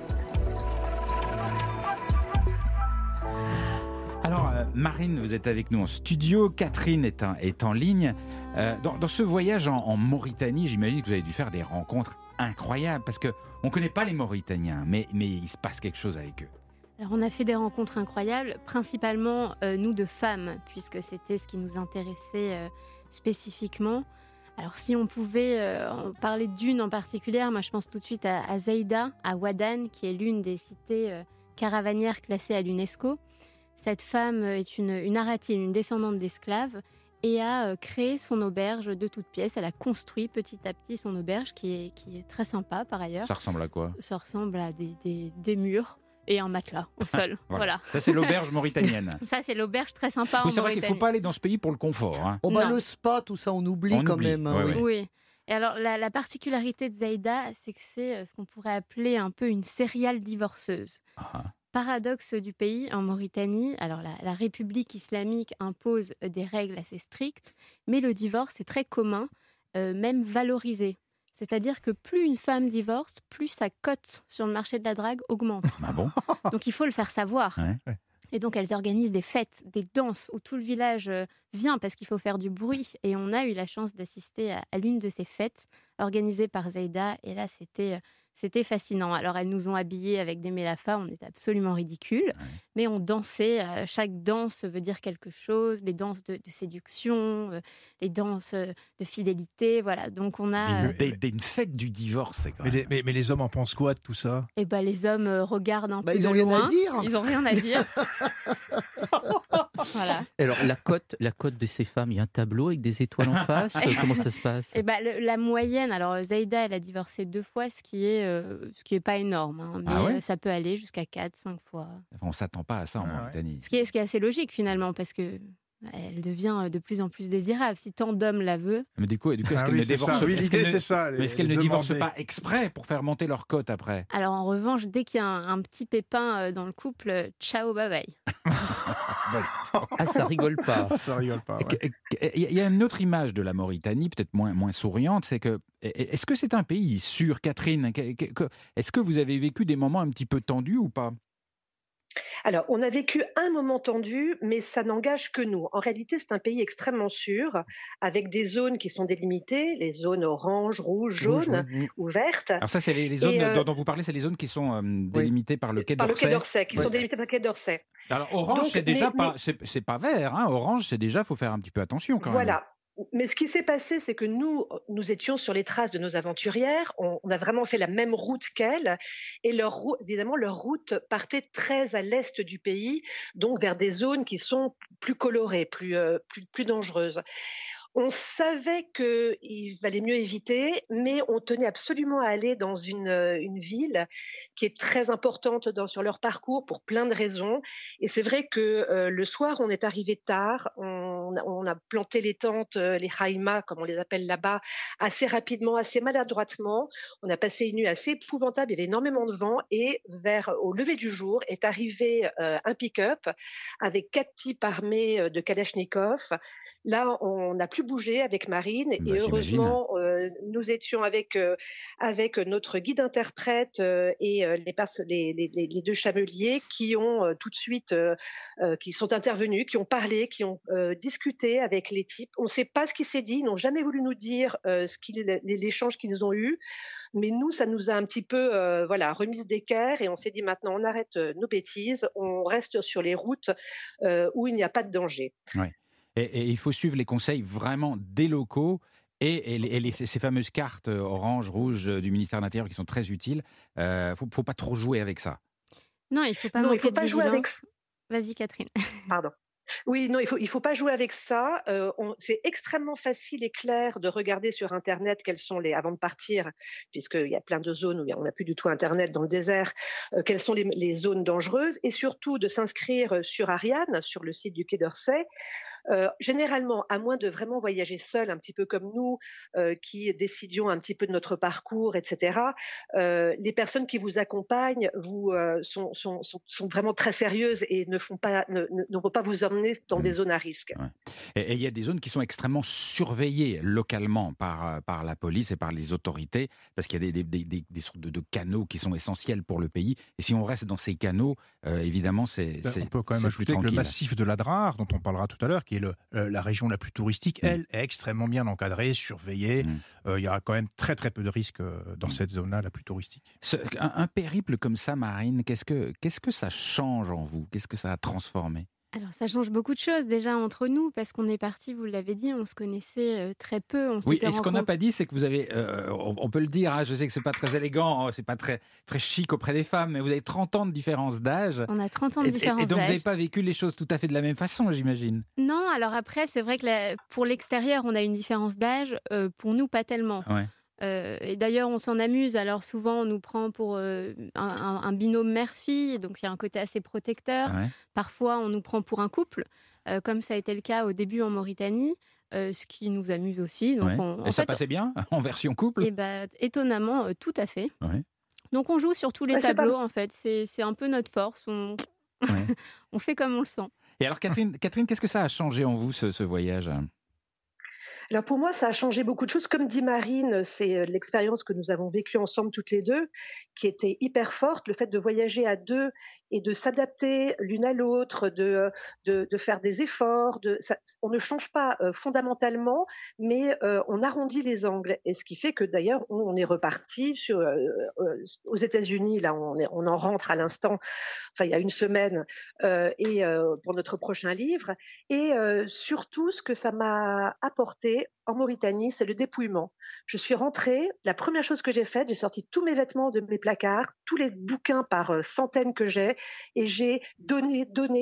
Speaker 3: Alors, Marine, vous êtes avec nous en studio. Catherine est en ligne. Dans ce voyage en Mauritanie, j'imagine que vous avez dû faire des rencontres incroyables parce qu'on ne connaît pas les Mauritaniens, mais il se passe quelque chose avec eux.
Speaker 6: Alors on a fait des rencontres incroyables, principalement nous de femmes, puisque c'était ce qui nous intéressait spécifiquement. Alors si on pouvait parler d'une en particulier, moi je pense tout de suite à Zaïda, à Ouadane, qui est l'une des cités caravanières classées à l'UNESCO. Cette femme est une Aratine, une descendante d'esclaves, et a créé son auberge de toutes pièces. Elle a construit petit à petit son auberge, qui est très sympa par ailleurs.
Speaker 3: Ça ressemble à quoi?
Speaker 6: Ça ressemble à des murs et un matelas au sol. Voilà.
Speaker 3: Ça, c'est l'auberge mauritanienne.
Speaker 6: Ça, c'est l'auberge très sympa en Mauritanie.
Speaker 3: C'est vrai qu'il ne faut pas aller dans ce pays pour le confort. Hein.
Speaker 4: Le spa, tout ça, on oublie quand même. Hein,
Speaker 6: oui. Et alors, la particularité de Zaïda, c'est que c'est ce qu'on pourrait appeler un peu une serial divorceuse. Paradoxe du pays, en Mauritanie, alors la République islamique impose des règles assez strictes, mais le divorce est très commun, même valorisé. C'est-à-dire que plus une femme divorce, plus sa cote sur le marché de la drague augmente.
Speaker 3: Ah bon?
Speaker 6: Donc il faut le faire savoir.
Speaker 3: Ouais.
Speaker 6: Et donc elles organisent des fêtes, des danses où tout le village vient parce qu'il faut faire du bruit. Et on a eu la chance d'assister à l'une de ces fêtes organisées par Zaïda. Et là, c'était fascinant. Alors, elles nous ont habillés avec des mélafas, on était absolument ridicules, mais on dansait. Chaque danse veut dire quelque chose, les danses de séduction, les danses de fidélité, voilà. Donc, on a...
Speaker 3: Une fête du divorce, c'est quand même...
Speaker 5: Mais les hommes en pensent quoi de tout ça?
Speaker 6: Eh ben, les hommes regardent un peu de
Speaker 4: ils ont
Speaker 6: loin.
Speaker 4: rien à dire.
Speaker 6: Ils n'ont rien à dire. Voilà.
Speaker 8: Alors, la cote de ces femmes, il y a un tableau avec des étoiles en face. Comment ça se passe?
Speaker 6: Eh ben, la moyenne, alors Zaïda, elle a divorcé 2 fois, ce qui est pas énorme, hein, mais ça peut aller jusqu'à 4-5 fois.
Speaker 3: On ne s'attend pas à ça en Mauritanie.
Speaker 6: Ce qui est assez logique finalement, parce que elle devient de plus en plus désirable. Si tant d'hommes la veulent.
Speaker 3: Mais du coup, est-ce qu'elle ne divorce pas? Est-ce qu'elle ne divorce pas exprès pour faire monter leur cote après?
Speaker 6: Alors en revanche, dès qu'il y a un petit pépin dans le couple, ciao, bye bye.
Speaker 8: Ah, ça rigole pas.
Speaker 5: Ça rigole pas.
Speaker 3: Il y a une autre image de la Mauritanie, peut-être moins souriante, c'est que est-ce que c'est un pays sûr, Catherine? Est-ce que vous avez vécu des moments un petit peu tendus ou pas?
Speaker 7: Alors, on a vécu un moment tendu, mais ça n'engage que nous. En réalité, c'est un pays extrêmement sûr, avec des zones qui sont délimitées, les zones orange, rouge, jaune ou vertes.
Speaker 3: Alors ça, c'est les zones dont vous parlez, c'est les zones qui sont délimitées par le quai d'Orsay.
Speaker 7: Par le quai d'Orsay, qui sont délimitées par le quai d'Orsay.
Speaker 3: Alors orange, c'est pas vert. Hein. Orange, c'est déjà, faut faire un petit peu attention quand même.
Speaker 7: Voilà. Mais ce qui s'est passé, c'est que nous étions sur les traces de nos aventurières. On a vraiment fait la même route qu'elles. Et évidemment, leur route partait très à l'est du pays, donc vers des zones qui sont plus colorées, plus dangereuses. On savait qu'il valait mieux éviter, mais on tenait absolument à aller dans une ville qui est très importante sur leur parcours pour plein de raisons. Et c'est vrai que le soir, on est arrivé tard, on a planté les tentes, les haïmas, comme on les appelle là-bas, assez rapidement, assez maladroitement. On a passé une nuit assez épouvantable, il y avait énormément de vent, et au lever du jour est arrivé un pick-up avec 4 types armés de Kalachnikov. Là, on n'a plus bougé avec Marine, et heureusement, nous étions avec notre guide interprète et les 2 chameliers qui ont tout de suite, qui sont intervenus, qui ont parlé, qui ont discuté avec les types. On ne sait pas ce qui s'est dit, ils n'ont jamais voulu nous dire l'échange qu'ils ont eu. Mais nous, ça nous a un petit peu remise d'équerre, et on s'est dit maintenant, on arrête nos bêtises, on reste sur les routes où il n'y a pas de danger.
Speaker 3: Ouais. Et il faut suivre les conseils vraiment des locaux et ces fameuses cartes orange, rouge du ministère de l'Intérieur qui sont très utiles. Faut pas trop jouer avec ça.
Speaker 6: Non, il faut pas manquer de vigilance. Vas-y, Catherine.
Speaker 7: Pardon. Oui, non, il faut pas jouer avec ça. C'est extrêmement facile et clair de regarder sur Internet quelles sont avant de partir, puisqu'il y a plein de zones où on n'a plus du tout Internet dans le désert, quelles sont les zones dangereuses, et surtout de s'inscrire sur Ariane, sur le site du Quai d'Orsay. Généralement, à moins de vraiment voyager seul, un petit peu comme nous, qui décidions un petit peu de notre parcours, etc., les personnes qui vous accompagnent sont vraiment très sérieuses et ne vont pas vous emmener dans des zones à risque.
Speaker 3: Ouais. Et il y a des zones qui sont extrêmement surveillées localement par la police et par les autorités, parce qu'il y a des sortes de canaux qui sont essentiels pour le pays. Et si on reste dans ces canaux, évidemment, on
Speaker 5: peut quand même ajouter que le massif de l'Adrar, dont on parlera tout à l'heure, qui est la région la plus touristique, elle est extrêmement bien encadrée, surveillée. Il y aura quand même très très peu de risques dans cette zone-là, la plus touristique.
Speaker 3: Un périple comme ça, Marine, qu'est-ce que ça change en vous ? Qu'est-ce que ça a transformé ?
Speaker 6: Alors, ça change beaucoup de choses déjà entre nous, parce qu'on est partis, vous l'avez dit, on se connaissait très peu.
Speaker 3: Oui, et ce qu'on n'a pas dit, c'est que vous avez, on peut le dire, hein, je sais que c'est pas très élégant, c'est pas très, très chic auprès des femmes, mais vous avez 30 ans de différence d'âge.
Speaker 6: On a 30 ans de différence d'âge.
Speaker 3: Et donc vous n'avez pas vécu les choses tout à fait de la même façon, j'imagine.
Speaker 6: Non, alors après, c'est vrai que pour l'extérieur, on a une différence d'âge, pour nous, pas tellement.
Speaker 3: Ouais.
Speaker 6: Et d'ailleurs, on s'en amuse. Alors souvent, on nous prend pour un binôme mère-fille, donc il y a un côté assez protecteur.
Speaker 3: Ouais.
Speaker 6: Parfois, on nous prend pour un couple, comme ça a été le cas au début en Mauritanie, ce qui nous amuse aussi. Donc
Speaker 3: et ça passait bien en version couple ?
Speaker 6: Étonnamment, tout à fait.
Speaker 3: Ouais.
Speaker 6: Donc on joue sur tous les tableaux, en fait. C'est un peu notre force. On fait comme on le sent.
Speaker 3: Et alors, Catherine, qu'est-ce que ça a changé en vous, ce voyage ?
Speaker 7: Alors pour moi, ça a changé beaucoup de choses. Comme dit Marine, c'est l'expérience que nous avons vécue ensemble toutes les deux qui était hyper forte. Le fait de voyager à deux et de s'adapter l'une à l'autre, de faire des efforts. On ne change pas fondamentalement, mais on arrondit les angles. Et ce qui fait que d'ailleurs, on est reparti aux États-Unis. Là, on en rentre à l'instant, il y a une semaine, pour notre prochain livre. Et surtout, ce que ça m'a apporté en Mauritanie, c'est le dépouillement. Je suis rentrée, la première chose que j'ai faite, j'ai sorti tous mes vêtements de mes placards, tous les bouquins par centaines que j'ai, et j'ai donné,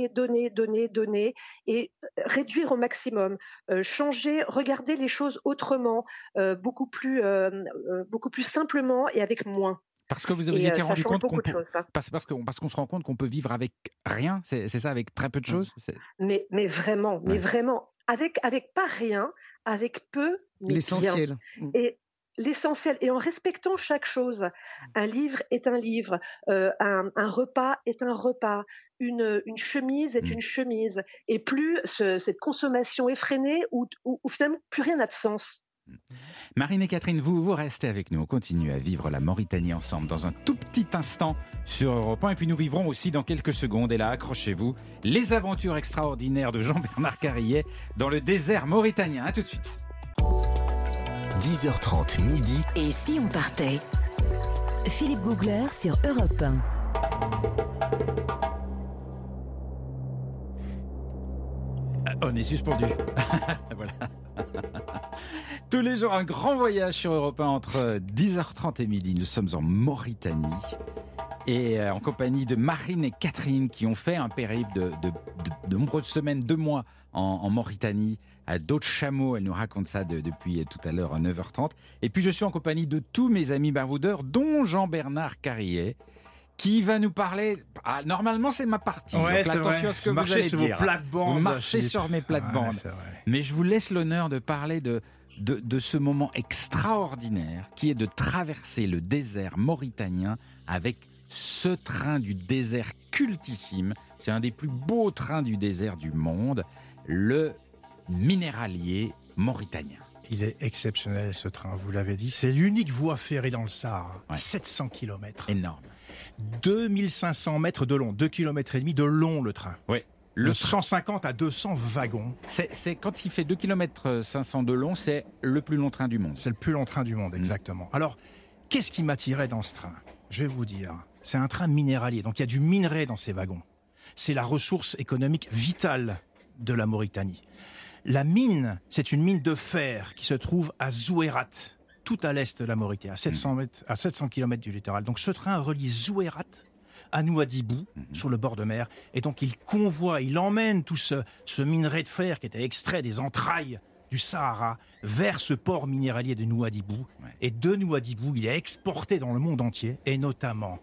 Speaker 7: et réduire au maximum, changer, regarder les choses autrement, beaucoup plus simplement et avec moins.
Speaker 3: Parce que vous vous étiez rendu compte parce qu'on se rend compte qu'on peut vivre avec rien, c'est ça, avec très peu de choses.
Speaker 7: Mais vraiment, avec pas rien, avec peu, mais
Speaker 4: l'essentiel.
Speaker 7: Bien. Et l'essentiel, et en respectant chaque chose. Un livre est un livre, un repas est un repas, une chemise est une chemise, et plus cette consommation effrénée où finalement plus rien n'a de sens.
Speaker 3: Marine et Catherine, vous restez avec nous. On continue à vivre la Mauritanie ensemble dans un tout petit instant sur Europe 1. Et puis nous vivrons aussi dans quelques secondes, et là, accrochez-vous, les aventures extraordinaires de Jean-Bernard Carillet dans le désert mauritanien. A tout de suite.
Speaker 1: 10h30 midi.
Speaker 2: Et si on partait ? Philippe Googler sur Europe 1.
Speaker 3: On est suspendu. Voilà. Tous les jours, un grand voyage sur Europe 1 entre 10h30 et midi. Nous sommes en Mauritanie et en compagnie de Marine et Catherine qui ont fait un périple de nombreuses semaines, 2 mois en Mauritanie, à dos de chameau. Elle nous raconte ça depuis tout à l'heure à 9h30. Et puis je suis en compagnie de tous mes amis baroudeurs, dont Jean-Bernard Carrier, qui va nous parler. Ah, normalement, c'est ma partie.
Speaker 5: Ouais,
Speaker 3: donc attention à ce que vous allez
Speaker 5: sur
Speaker 3: dire.
Speaker 5: Vos plates-bandes.
Speaker 3: Vous marchez sur mes plates-bandes. Mais je vous laisse l'honneur de parler de ce moment extraordinaire qui est de traverser le désert mauritanien avec ce train du désert cultissime. C'est un des plus beaux trains du désert du monde, le minéralier mauritanien.
Speaker 5: Il est exceptionnel ce train, vous l'avez dit. C'est l'unique voie ferrée dans le Sahara. 700 km.
Speaker 3: Énorme.
Speaker 5: 2500 mètres de long, 2,5 km de long le train.
Speaker 3: Oui.
Speaker 5: Le 150 à 200 wagons.
Speaker 3: C'est quand il fait 2,5 km de long, c'est le plus long train du monde.
Speaker 5: C'est le plus long train du monde, exactement. Alors, qu'est-ce qui m'attirait dans ce train ? Je vais vous dire, c'est un train minéralier, donc il y a du minerai dans ces wagons. C'est la ressource économique vitale de la Mauritanie. La mine, c'est une mine de fer qui se trouve à Zouérat, tout à l'est de la Mauritanie, à 700 km du littoral. Donc ce train relie Zouérat à Nouadhibou, sur le bord de mer. Et donc il emmène tout ce minerai de fer qui était extrait des entrailles du Sahara vers ce port minéralier de Nouadhibou. Et de Nouadhibou, il est exporté dans le monde entier, et notamment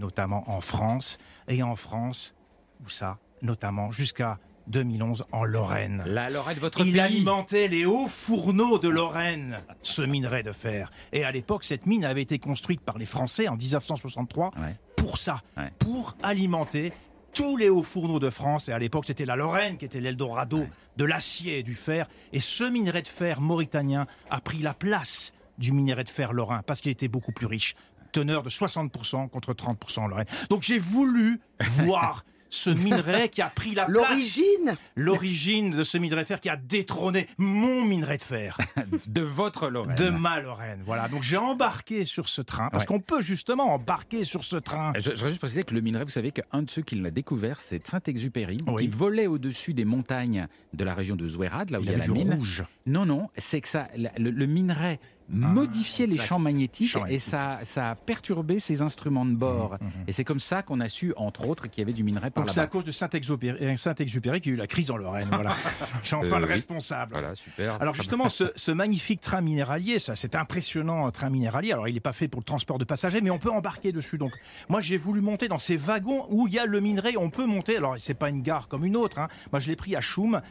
Speaker 5: en France. Et en France, où ça ? Notamment jusqu'à 2011 en Lorraine.
Speaker 3: La Lorraine, votre pays.
Speaker 5: Il alimentait les hauts fourneaux de Lorraine, ce minerai de fer. Et à l'époque, cette mine avait été construite par les Français en 1963 pour ça, pour alimenter tous les hauts fourneaux de France. Et à l'époque, c'était la Lorraine qui était l'Eldorado de l'acier et du fer. Et ce minerai de fer mauritanien a pris la place du minerai de fer lorrain parce qu'il était beaucoup plus riche. Teneur de 60% contre 30% en Lorraine. Donc j'ai voulu voir ce minerai qui a pris la place. L'origine de ce minerai de fer qui a détrôné mon minerai de fer.
Speaker 3: De votre Lorraine.
Speaker 5: De ma Lorraine, voilà. Donc j'ai embarqué sur ce train, parce qu'on peut justement embarquer sur ce train.
Speaker 3: Je voudrais juste préciser que le minerai, vous savez qu'un de ceux qui l'a découvert, c'est Saint-Exupéry, qui volait au-dessus des montagnes de la région de Zouérad, là où il y a la mine.
Speaker 5: Rouge. Non,
Speaker 3: c'est que ça, le minerai modifiait les champs magnétiques et ça a perturbé ses instruments de bord. Et c'est comme ça qu'on a su, entre autres, qu'il y avait du minerai par là-bas.
Speaker 5: Donc c'est à cause de Saint-Exupéry qu'il y a eu la crise en Lorraine. Voilà. J'ai enfin le responsable.
Speaker 3: Voilà, super.
Speaker 5: Alors justement, ce magnifique train minéralier, cet impressionnant train minéralier, alors il n'est pas fait pour le transport de passagers, mais on peut embarquer dessus. Donc moi j'ai voulu monter dans ces wagons où il y a le minerai, on peut monter. Alors c'est pas une gare comme une autre. Moi je l'ai pris à Choum.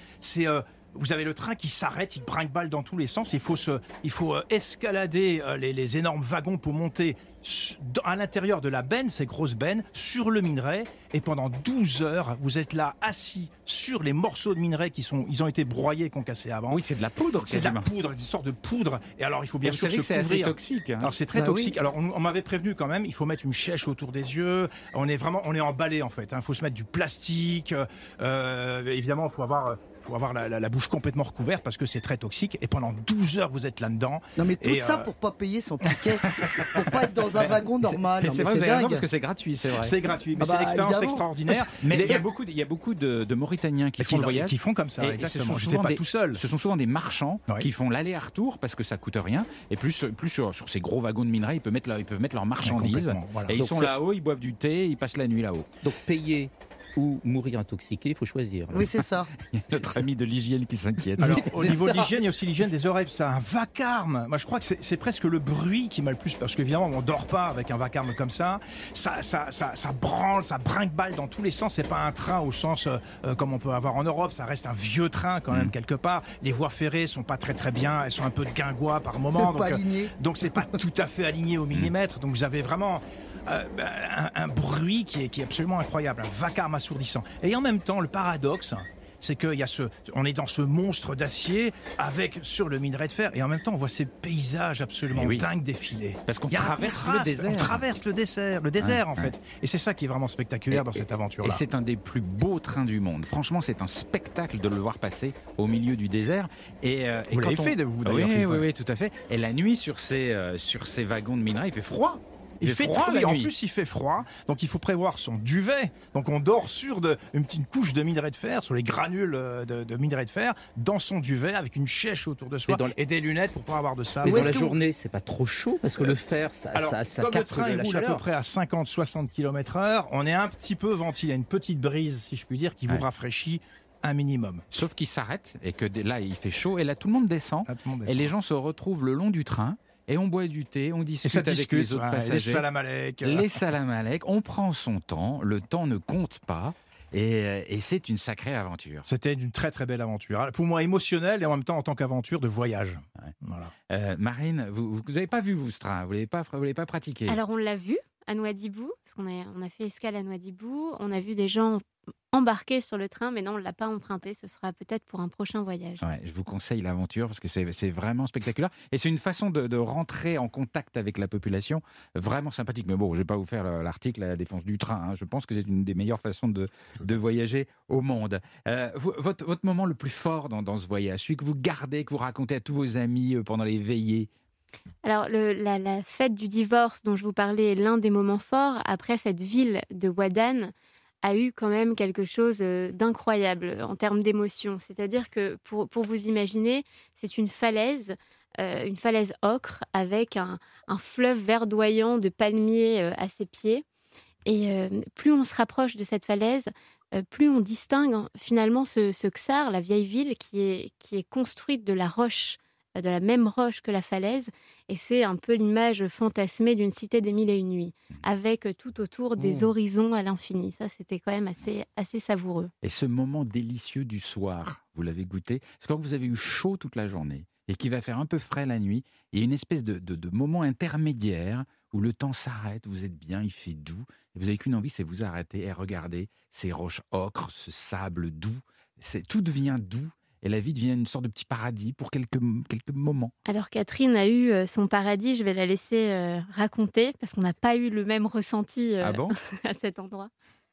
Speaker 5: Vous avez le train qui s'arrête, il brinque-balle dans tous les sens. Il faut escalader les énormes wagons pour monter à l'intérieur de la benne, ces grosses bennes, sur le minerai. Et pendant 12 heures, vous êtes là, assis sur les morceaux de minerai ils ont été broyés, concassés avant.
Speaker 3: Oui, c'est de la poudre.
Speaker 5: C'est de la poudre, une sorte de poudre. Et alors, il faut bien sûr se couvrir.
Speaker 3: C'est assez toxique.
Speaker 5: Alors, c'est très toxique. Alors, on m'avait prévenu quand même, il faut mettre une chèche autour des yeux. On est emballé, en fait. Il faut se mettre du plastique. Évidemment, il faut avoir la bouche complètement recouverte parce que c'est très toxique. Et pendant 12 heures, vous êtes là-dedans.
Speaker 4: Non, mais tout ça pour pas payer son ticket, pour pas être dans un wagon normal.
Speaker 3: C'est vrai, vous avez raison, parce que c'est gratuit, c'est vrai.
Speaker 5: C'est gratuit, mais c'est l'expérience extraordinaire.
Speaker 3: Mais il y a beaucoup de Mauritaniens qui font le voyage.
Speaker 5: Qui font comme ça, exactement. Je n'étais pas tout seul.
Speaker 3: Ce sont souvent des marchands qui font l'aller-retour parce que ça coûte rien. Et plus sur ces gros wagons de minerai, ils peuvent mettre leurs marchandises. Et ils sont là-haut, ils boivent du thé, ils passent la nuit là-haut.
Speaker 8: Donc payer ou mourir intoxiqué, il faut choisir.
Speaker 4: Oui, c'est ça.
Speaker 3: Notre ami de l'hygiène qui s'inquiète.
Speaker 5: Alors, au niveau de l'hygiène, il y a aussi l'hygiène des oreilles. C'est un vacarme. Moi, je crois que c'est presque le bruit qui m'a le plus... Parce qu'évidemment, on ne dort pas avec un vacarme comme ça. Ça branle, ça brinque-balle dans tous les sens. C'est pas un train au sens comme on peut avoir en Europe. Ça reste un vieux train quand même, quelque part. Les voies ferrées sont pas très très bien. Elles sont un peu de guingois par moment. Donc c'est pas tout à fait aligné au millimètre. Donc vous avez vraiment... un bruit qui est absolument incroyable, un vacarme assourdissant. Et en même temps, le paradoxe, c'est on est dans ce monstre d'acier avec sur le minerai de fer, et en même temps, on voit ces paysages absolument dingues défiler.
Speaker 3: Parce qu'on traverse le désert.
Speaker 5: On traverse le désert en fait. Et c'est ça qui est vraiment spectaculaire dans cette aventure-là.
Speaker 3: Et c'est un des plus beaux trains du monde. Franchement, c'est un spectacle de le voir passer au milieu du désert.
Speaker 5: Vous l'avez fait, vous d'ailleurs.
Speaker 3: Oui, tout à fait. Et la nuit, sur ces wagons de minerai, il fait froid. Il fait froid la
Speaker 5: en
Speaker 3: nuit.
Speaker 5: plus, il fait froid, donc il faut prévoir son duvet. Donc on dort sur une petite couche de minerai de fer, sur les granules de minerai de fer, dans son duvet, avec une chèche autour de soi et des lunettes pour pas avoir de sable.
Speaker 8: Et dans la journée, c'est pas trop chaud parce que le fer, ça
Speaker 5: comme
Speaker 8: capte
Speaker 5: le train
Speaker 8: la
Speaker 5: roule à
Speaker 8: chaleur.
Speaker 5: peu près à 50-60 km/h, on est un petit peu ventilé. Il y a une petite brise, si je puis dire, qui vous rafraîchit un minimum.
Speaker 3: Sauf qu'il s'arrête et que là, il fait chaud et là, tout le monde descend. Et les gens se retrouvent le long du train. Et on boit du thé, on discute avec les autres passagers.
Speaker 5: Les salam aleik.
Speaker 3: Les salam aleik. On prend son temps, le temps ne compte pas. Et c'est une sacrée aventure.
Speaker 5: C'était une très très belle aventure. Pour moi, émotionnelle et en même temps en tant qu'aventure de voyage.
Speaker 3: Ouais.
Speaker 5: Voilà.
Speaker 3: Marine, vous n'avez pas vu vous ce train, vous l'avez pas pratiqué.
Speaker 6: Alors on l'a vu à Nouadhibou, parce qu'on a fait escale à Nouadhibou. On a vu des gens embarqués sur le train, mais non, on ne l'a pas emprunté. Ce sera peut-être pour un prochain voyage.
Speaker 3: Ouais, je vous conseille l'aventure parce que c'est vraiment spectaculaire. Et c'est une façon de rentrer en contact avec la population vraiment sympathique. Mais bon, je ne vais pas vous faire l'article à la défense du train. Hein. Je pense que c'est une des meilleures façons de voyager au monde. Votre moment le plus fort dans ce voyage, celui que vous gardez, que vous racontez à tous vos amis pendant les veillées.
Speaker 6: Alors, la fête du divorce dont je vous parlais est l'un des moments forts. Après, cette ville de Ouadane a eu quand même quelque chose d'incroyable en termes d'émotion. C'est-à-dire que, pour vous imaginer, c'est une falaise ocre avec un fleuve verdoyant de palmiers à ses pieds. Et plus on se rapproche de cette falaise, plus on distingue finalement ce Ksar, la vieille ville qui est construite de la roche, de la même roche que la falaise, et c'est un peu l'image fantasmée d'une cité des mille et une nuits, avec tout autour des horizons à l'infini. Ça, c'était quand même assez savoureux.
Speaker 3: Et ce moment délicieux du soir, vous l'avez goûté? C'est quand vous avez eu chaud toute la journée et qu'il va faire un peu frais la nuit, il y a une espèce de moment intermédiaire où le temps s'arrête, vous êtes bien, il fait doux, et vous n'avez qu'une envie, c'est vous arrêter et regarder ces roches ocres, ce sable doux, tout devient doux. Et la vie devient une sorte de petit paradis pour quelques moments.
Speaker 6: Alors Catherine a eu son paradis, je vais la laisser raconter, parce qu'on n'a pas eu le même ressenti
Speaker 3: Ah bon
Speaker 6: à cet endroit.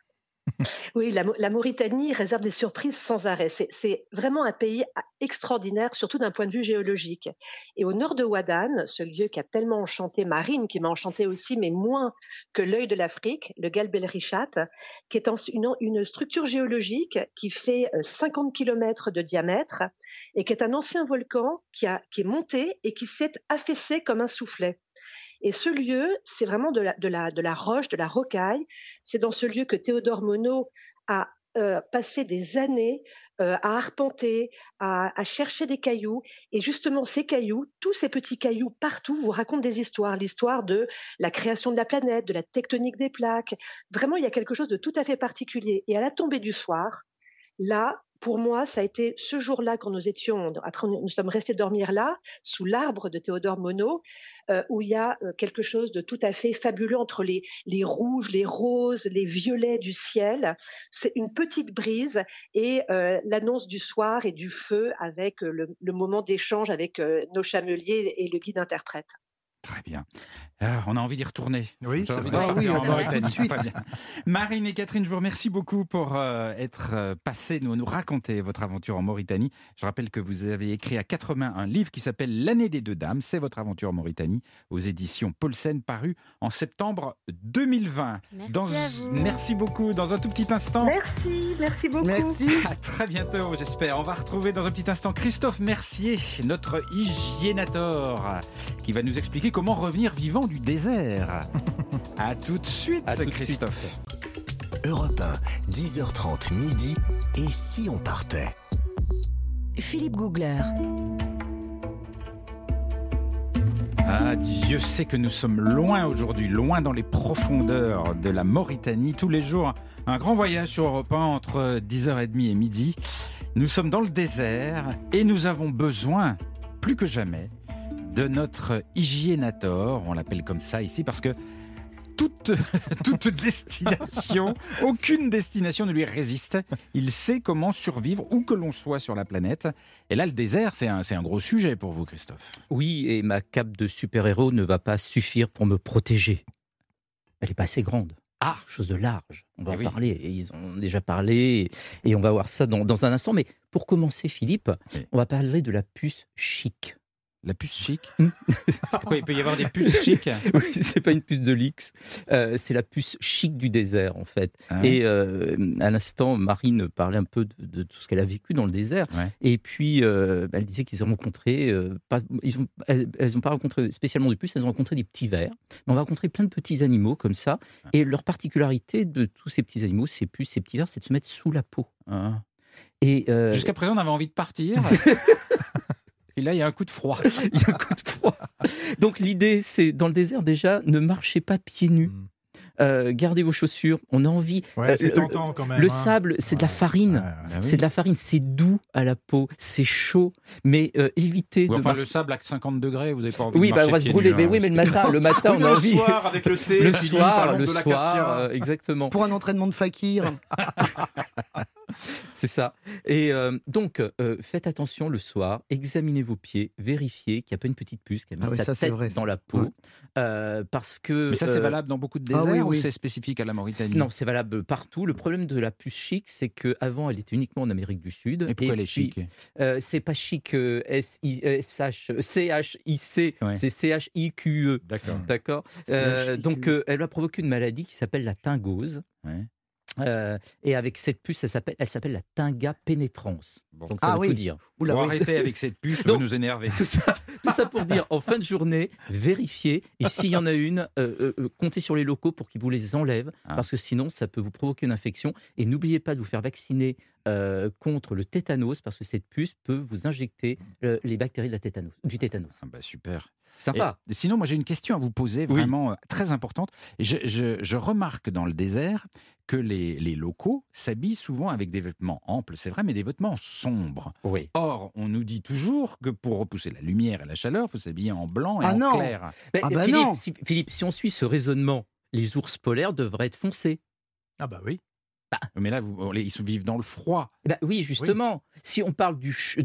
Speaker 7: Oui, la Mauritanie réserve des surprises sans arrêt. C'est vraiment un pays extraordinaire, surtout d'un point de vue géologique. Et au nord de Ouadane, ce lieu qui a tellement enchanté Marine, qui m'a enchanté aussi, mais moins que l'œil de l'Afrique, le Gal El Richat, qui est une structure géologique qui fait 50 km de diamètre et qui est un ancien volcan qui est monté et qui s'est affaissé comme un soufflet. Et ce lieu, c'est vraiment de la roche, de la rocaille. C'est dans ce lieu que Théodore Monod a passé des années à arpenter, à chercher des cailloux. Et justement, ces cailloux, tous ces petits cailloux partout, vous racontent des histoires. L'histoire de la création de la planète, de la tectonique des plaques. Vraiment, il y a quelque chose de tout à fait particulier. Et à la tombée du soir, là, pour moi, ça a été ce jour-là quand après nous sommes restés dormir là, sous l'arbre de Théodore Monod, où il y a quelque chose de tout à fait fabuleux entre les rouges, les roses, les violets du ciel. C'est une petite brise et l'annonce du soir et du feu avec le moment d'échange avec nos chameliers et le guide interprète.
Speaker 3: Très bien. On a envie d'y retourner.
Speaker 5: Oui,
Speaker 3: c'est
Speaker 5: vrai.
Speaker 4: Tout de suite.
Speaker 3: Marine et Catherine, je vous remercie beaucoup pour être passées, nous raconter votre aventure en Mauritanie. Je rappelle que vous avez écrit à 4 mains un livre qui s'appelle L'année des deux dames. C'est votre aventure en Mauritanie aux éditions Paulsen, paru en septembre 2020.
Speaker 6: Merci à vous.
Speaker 3: Merci beaucoup. Dans un tout petit instant.
Speaker 7: Merci beaucoup.
Speaker 4: Merci.
Speaker 3: À très bientôt, j'espère. On va retrouver dans un petit instant Christophe Mercier, notre hygiénator, qui va nous expliquer comment revenir vivant du désert. À tout de suite, Christophe.
Speaker 1: Europe 1, 10h30 midi. Et si on partait?
Speaker 2: Philippe Googler.
Speaker 3: Ah, Dieu sait que nous sommes loin aujourd'hui, loin dans les profondeurs de la Mauritanie. Tous les jours, un grand voyage sur Europe 1 entre 10h30 et midi. Nous sommes dans le désert et nous avons besoin, plus que jamais, de notre hygiénator. On l'appelle comme ça ici parce que toute destination, aucune destination ne lui résiste. Il sait comment survivre où que l'on soit sur la planète. Et là, le désert, c'est un gros sujet pour vous, Christophe.
Speaker 8: Oui, et ma cape de super-héros ne va pas suffire pour me protéger. Elle n'est pas assez grande.
Speaker 3: Ah,
Speaker 8: chose de large. On va en parler. Et ils ont déjà parlé et on va voir ça dans un instant. Mais pour commencer, Philippe, on va parler de la puce chic.
Speaker 3: La puce chic. Pourquoi il peut y avoir des puces chics?
Speaker 8: Oui, c'est pas une puce de luxe, c'est la puce chic du désert en fait. Et à l'instant, Marine parlait un peu de tout ce qu'elle a vécu dans le désert. Et puis elle disait qu'ils ont rencontré, elles n'ont pas rencontré spécialement de puces, elles ont rencontré des petits vers. Mais on va rencontrer plein de petits animaux comme ça. Et leur particularité de tous ces petits animaux, ces puces, ces petits vers, c'est de se mettre sous la peau. Et
Speaker 3: jusqu'à présent, on avait envie de partir. Et là, il y a un coup de froid.
Speaker 8: Il y a un coup de froid. Donc l'idée, c'est, dans le désert déjà, ne marchez pas pieds nus. Gardez vos chaussures. On a envie.
Speaker 5: C'est tentant quand même.
Speaker 8: Le sable, c'est de la farine. C'est de la farine. C'est doux à la peau. C'est chaud. Mais évitez.
Speaker 3: Le sable à 50 degrés, vous n'avez pas envie de
Speaker 8: on
Speaker 3: marcher
Speaker 8: va se brûler. Mais oui, mais le matin, on a envie.
Speaker 5: Le soir avec le thé.
Speaker 8: Le soir, exactement.
Speaker 4: Pour un entraînement de fakir.
Speaker 8: C'est ça. Et donc, faites attention le soir, examinez vos pieds, vérifiez qu'il n'y a pas une petite puce qui a mis sa tête dans la peau. Parce que,
Speaker 3: mais ça, c'est valable dans beaucoup de déserts ou c'est spécifique à la Mauritanie?
Speaker 8: Non, c'est valable partout. Le problème de la puce chic, c'est qu'avant, elle était uniquement en Amérique du Sud.
Speaker 3: Et pourquoi elle est chic?
Speaker 8: C'est pas chic, C-H-I-C, c'est C-H-I-Q-E. D'accord. Donc, elle va provoquer une maladie qui s'appelle la tyngose. Et avec cette puce, elle s'appelle la tynga pénétrans. Donc ça veut tout dire.
Speaker 3: Pour arrêter avec cette puce, vous nous énervez.
Speaker 8: Tout ça pour dire, en fin de journée, vérifiez. Et s'il y en a une, comptez sur les locaux pour qu'ils vous les enlèvent. Parce que sinon, ça peut vous provoquer une infection. Et n'oubliez pas de vous faire vacciner contre le tétanos. Parce que cette puce peut vous injecter les bactéries du tétanos.
Speaker 3: Super.
Speaker 8: Sympa.
Speaker 3: Et sinon, moi j'ai une question à vous poser, vraiment très importante. Je remarque dans le désert que les locaux s'habillent souvent avec des vêtements amples, c'est vrai, mais des vêtements sombres. Or, on nous dit toujours que pour repousser la lumière et la chaleur, il faut s'habiller en blanc et en clair.
Speaker 8: Philippe, si on suit ce raisonnement, les ours polaires devraient être foncés.
Speaker 5: Ah bah oui.
Speaker 3: Mais là, ils vivent dans le froid.
Speaker 8: Oui, justement. Si on parle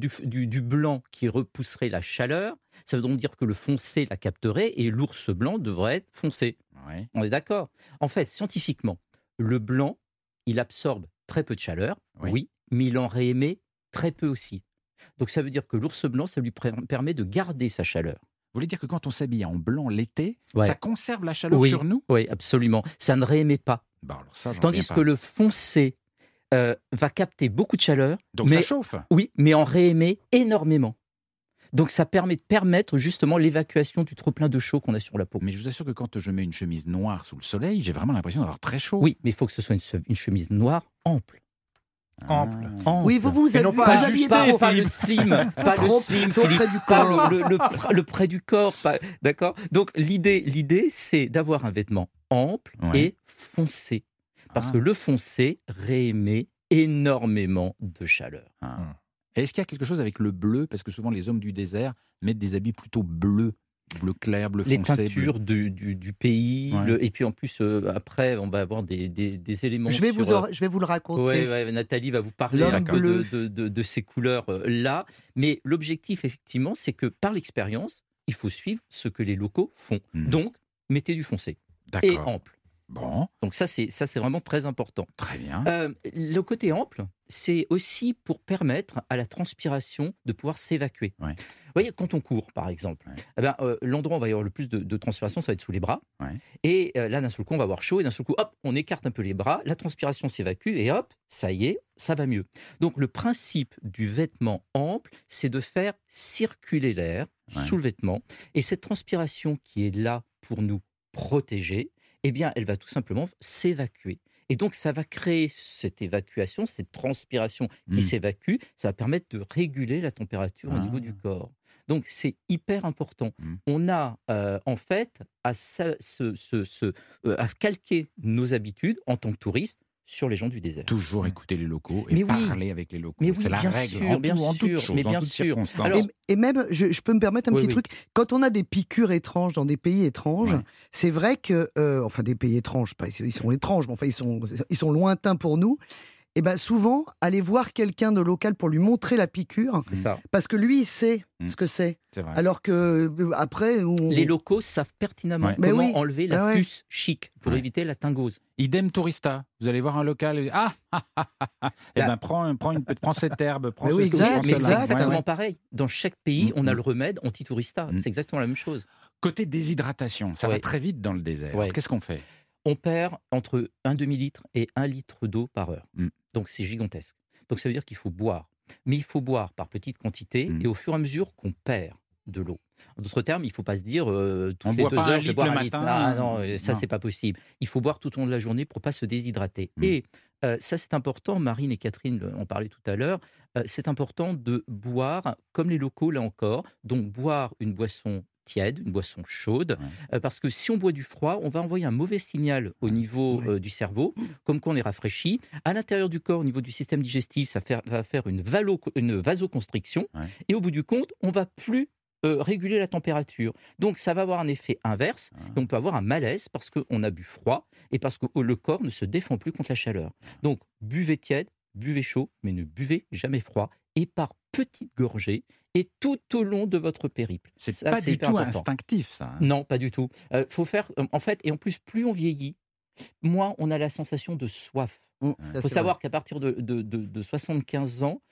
Speaker 8: du blanc qui repousserait la chaleur, ça veut donc dire que le foncé la capterait et l'ours blanc devrait être foncé. On est d'accord. En fait, scientifiquement, le blanc, il absorbe très peu de chaleur, mais il en réémet très peu aussi. Donc ça veut dire que l'ours blanc, ça lui permet de garder sa chaleur.
Speaker 3: Vous voulez dire que quand on s'habille en blanc l'été, ça conserve la chaleur sur nous?
Speaker 8: Oui, absolument. Ça ne réémet pas. Tandis que le foncé va capter beaucoup de chaleur.
Speaker 3: Donc ça chauffe?
Speaker 8: Oui, mais en réémet énormément. Donc ça permet de permettre justement l'évacuation du trop-plein de chaud qu'on a sur la peau.
Speaker 3: Mais je vous assure que quand je mets une chemise noire sous le soleil, j'ai vraiment l'impression d'avoir très chaud.
Speaker 8: Oui, mais il faut que ce soit une chemise noire ample.
Speaker 5: Ample.
Speaker 4: Oui, vous
Speaker 5: avez
Speaker 8: pas le slim, pas le slim, Philippe, pas le près du corps, d'accord. Donc l'idée, c'est d'avoir un vêtement ample et foncé, parce que le foncé réémet énormément de chaleur.
Speaker 3: Est-ce qu'il y a quelque chose avec le bleu? Parce que souvent les hommes du désert mettent des habits plutôt bleus. Bleu clair, bleu foncé.
Speaker 8: Les teintures du pays. Et puis en plus, après, on va avoir des éléments.
Speaker 4: Je vais vous le raconter.
Speaker 8: Nathalie va vous parler de ces couleurs-là. Mais l'objectif, effectivement, c'est que par l'expérience, il faut suivre ce que les locaux font. Donc, mettez du foncé. Et ample.
Speaker 3: Bon.
Speaker 8: Donc ça, c'est vraiment très important.
Speaker 3: Très bien.
Speaker 8: Le côté ample, c'est aussi pour permettre à la transpiration de pouvoir s'évacuer. Vous voyez, quand on court, par exemple, l'endroit où on va y avoir le plus de transpiration, ça va être sous les bras. Et là, d'un seul coup, on va avoir chaud. Et d'un seul coup, hop, on écarte un peu les bras. La transpiration s'évacue. Et hop, ça y est, ça va mieux. Donc, le principe du vêtement ample, c'est de faire circuler l'air sous le vêtement. Et cette transpiration qui est là pour nous protéger, eh bien, elle va tout simplement s'évacuer. Et donc, ça va créer cette évacuation, cette transpiration qui s'évacue. Ça va permettre de réguler la température au niveau du corps. Donc, c'est hyper important. On a, en fait, à calquer nos habitudes en tant que touristes sur les gens du désert.
Speaker 3: Toujours écouter les locaux et parler avec les locaux. C'est la règle en toute circonstance.
Speaker 4: Alors, et même, je peux me permettre un petit truc, quand on a des piqûres étranges dans des pays étranges, c'est vrai que, enfin des pays étranges, ils sont étranges, mais enfin ils sont lointains pour nous, Et ben souvent, aller voir quelqu'un de local pour lui montrer la piqûre,
Speaker 8: c'est ça.
Speaker 4: Parce que lui, il sait ce que c'est.
Speaker 3: C'est vrai.
Speaker 4: Alors que après,
Speaker 8: les locaux savent pertinemment comment enlever la puce chic pour éviter la tingose.
Speaker 3: Idem tourista. Vous allez voir un local et prends cette herbe, prends
Speaker 8: mais c'est exactement pareil. Dans chaque pays, on a le remède anti-tourista. C'est exactement la même chose.
Speaker 3: Côté déshydratation, ça va très vite dans le désert. Qu'est-ce qu'on fait ?
Speaker 8: On perd entre un demi-litre et 1 litre d'eau par heure. Donc c'est gigantesque. Donc ça veut dire qu'il faut boire. Mais il faut boire par petites quantités et au fur et à mesure qu'on perd de l'eau. En d'autres termes, il ne faut pas se dire toutes les 2 heures, je vais boire un litre. Ah non, ça, c'est pas possible. Il faut boire tout au long de la journée pour ne pas se déshydrater. Et ça, c'est important. Marine et Catherine en parlaient tout à l'heure. C'est important de boire, comme les locaux, là encore. Donc, boire une boisson tiède, une boisson chaude, parce que si on boit du froid, on va envoyer un mauvais signal au niveau du cerveau, comme qu'on est rafraîchi. À l'intérieur du corps, au niveau du système digestif, ça va faire une vasoconstriction. Et au bout du compte, on ne va plus réguler la température. Donc ça va avoir un effet inverse, et on peut avoir un malaise parce qu'on a bu froid et parce que le corps ne se défend plus contre la chaleur. Donc buvez tiède, buvez chaud, mais ne buvez jamais froid, et par petites gorgées, et tout au long de votre périple.
Speaker 3: C'est pas du tout instinctif, ça.
Speaker 8: Non, pas du tout. Faut faire, en fait, et en plus, plus on vieillit, moins on a la sensation de soif. Il faut savoir qu'à partir de 75 ans,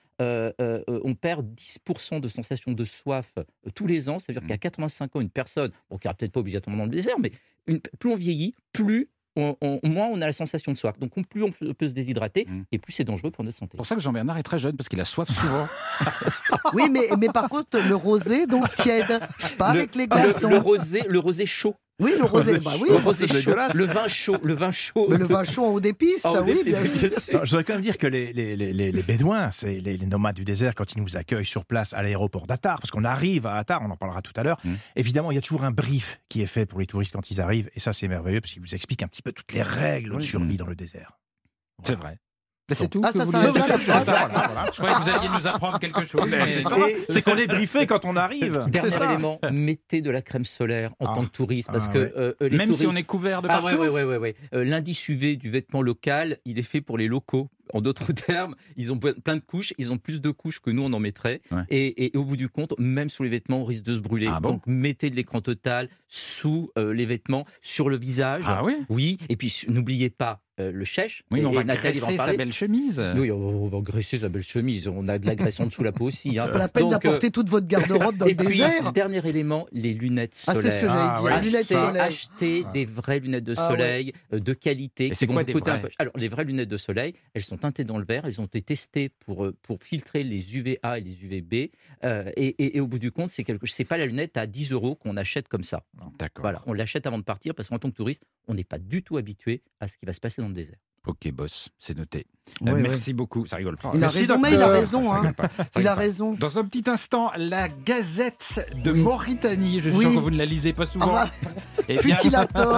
Speaker 8: on perd 10% de sensation de soif tous les ans. Ça veut dire qu'à 85 ans, une personne, qui ne sera peut-être pas obligatoirement dans le désert, mais plus on vieillit, plus moins on a la sensation de soif. Donc plus on peut se déshydrater, et plus c'est dangereux pour notre santé.
Speaker 3: C'est pour ça que Jean-Bernard est très jeune, parce qu'il a soif souvent.
Speaker 4: Oui, mais par contre, le rosé, donc tiède, pas avec les glaçons.
Speaker 8: Le rosé chaud.
Speaker 4: Oui, le rosé,
Speaker 8: le rosé chaud, le vin chaud.
Speaker 4: Mais le vin chaud en haut des pistes, oui, bien sûr.
Speaker 5: Je voudrais quand même dire que les Bédouins, c'est les nomades du désert, quand ils nous accueillent sur place à l'aéroport d'Attar, parce qu'on arrive à Attar, on en parlera tout à l'heure, évidemment, il y a toujours un brief qui est fait pour les touristes quand ils arrivent, et ça, c'est merveilleux, parce qu'ils vous expliquent un petit peu toutes les règles de survie dans le désert.
Speaker 3: Voilà. C'est vrai. C'est tout.
Speaker 4: Ça s'arrête là.
Speaker 3: Je croyais que vous alliez nous apprendre quelque chose.
Speaker 5: C'est qu'on est briefé quand on arrive.
Speaker 8: Dernier élément, mettez de la crème solaire en tant que touriste, parce que
Speaker 3: même touristes... si on est couvert de partout.
Speaker 8: Oui. L'indice UV du vêtement local, il est fait pour les locaux. En d'autres termes, ils ont plein de couches, ils ont plus de couches que nous on en mettrait, et au bout du compte, même sous les vêtements, on risque de se brûler. Donc mettez de l'écran total sous les vêtements, sur le visage.
Speaker 3: Ah oui.
Speaker 8: Oui, et puis n'oubliez pas le chèche.
Speaker 3: Oui, mais on va graisser sa belle chemise.
Speaker 8: Oui, on va graisser sa belle chemise. On a de la graisse en dessous la peau aussi.
Speaker 4: C'est pas la peine d'apporter toute votre garde-robe dans le désert.
Speaker 8: Et puis, dernier élément, les lunettes solaires.
Speaker 4: C'est ce que j'allais dire. Les lunettes solaires.
Speaker 8: Achetez des vraies lunettes de soleil de qualité.
Speaker 3: Et c'est quoi des vraies ?
Speaker 8: Alors, les vraies lunettes de soleil, elles sont teintées dans le vert. Elles ont été testées pour filtrer les UVA et les UVB. Et au bout du compte, c'est pas la lunette à 10 € qu'on achète comme ça.
Speaker 3: D'accord.
Speaker 8: Voilà, on l'achète avant de partir parce qu'en tant que touriste, on n'est pas du tout habitué à ce qui va se passer dans le désert.
Speaker 3: Ok, boss, c'est noté. Merci beaucoup. Ça rigole pas.
Speaker 4: Il a raison, mais il a raison. Il a raison.
Speaker 3: Dans un petit instant, la Gazette de Mauritanie. Je suis sûr que vous ne la lisez pas souvent.
Speaker 4: Fut-il à tort ?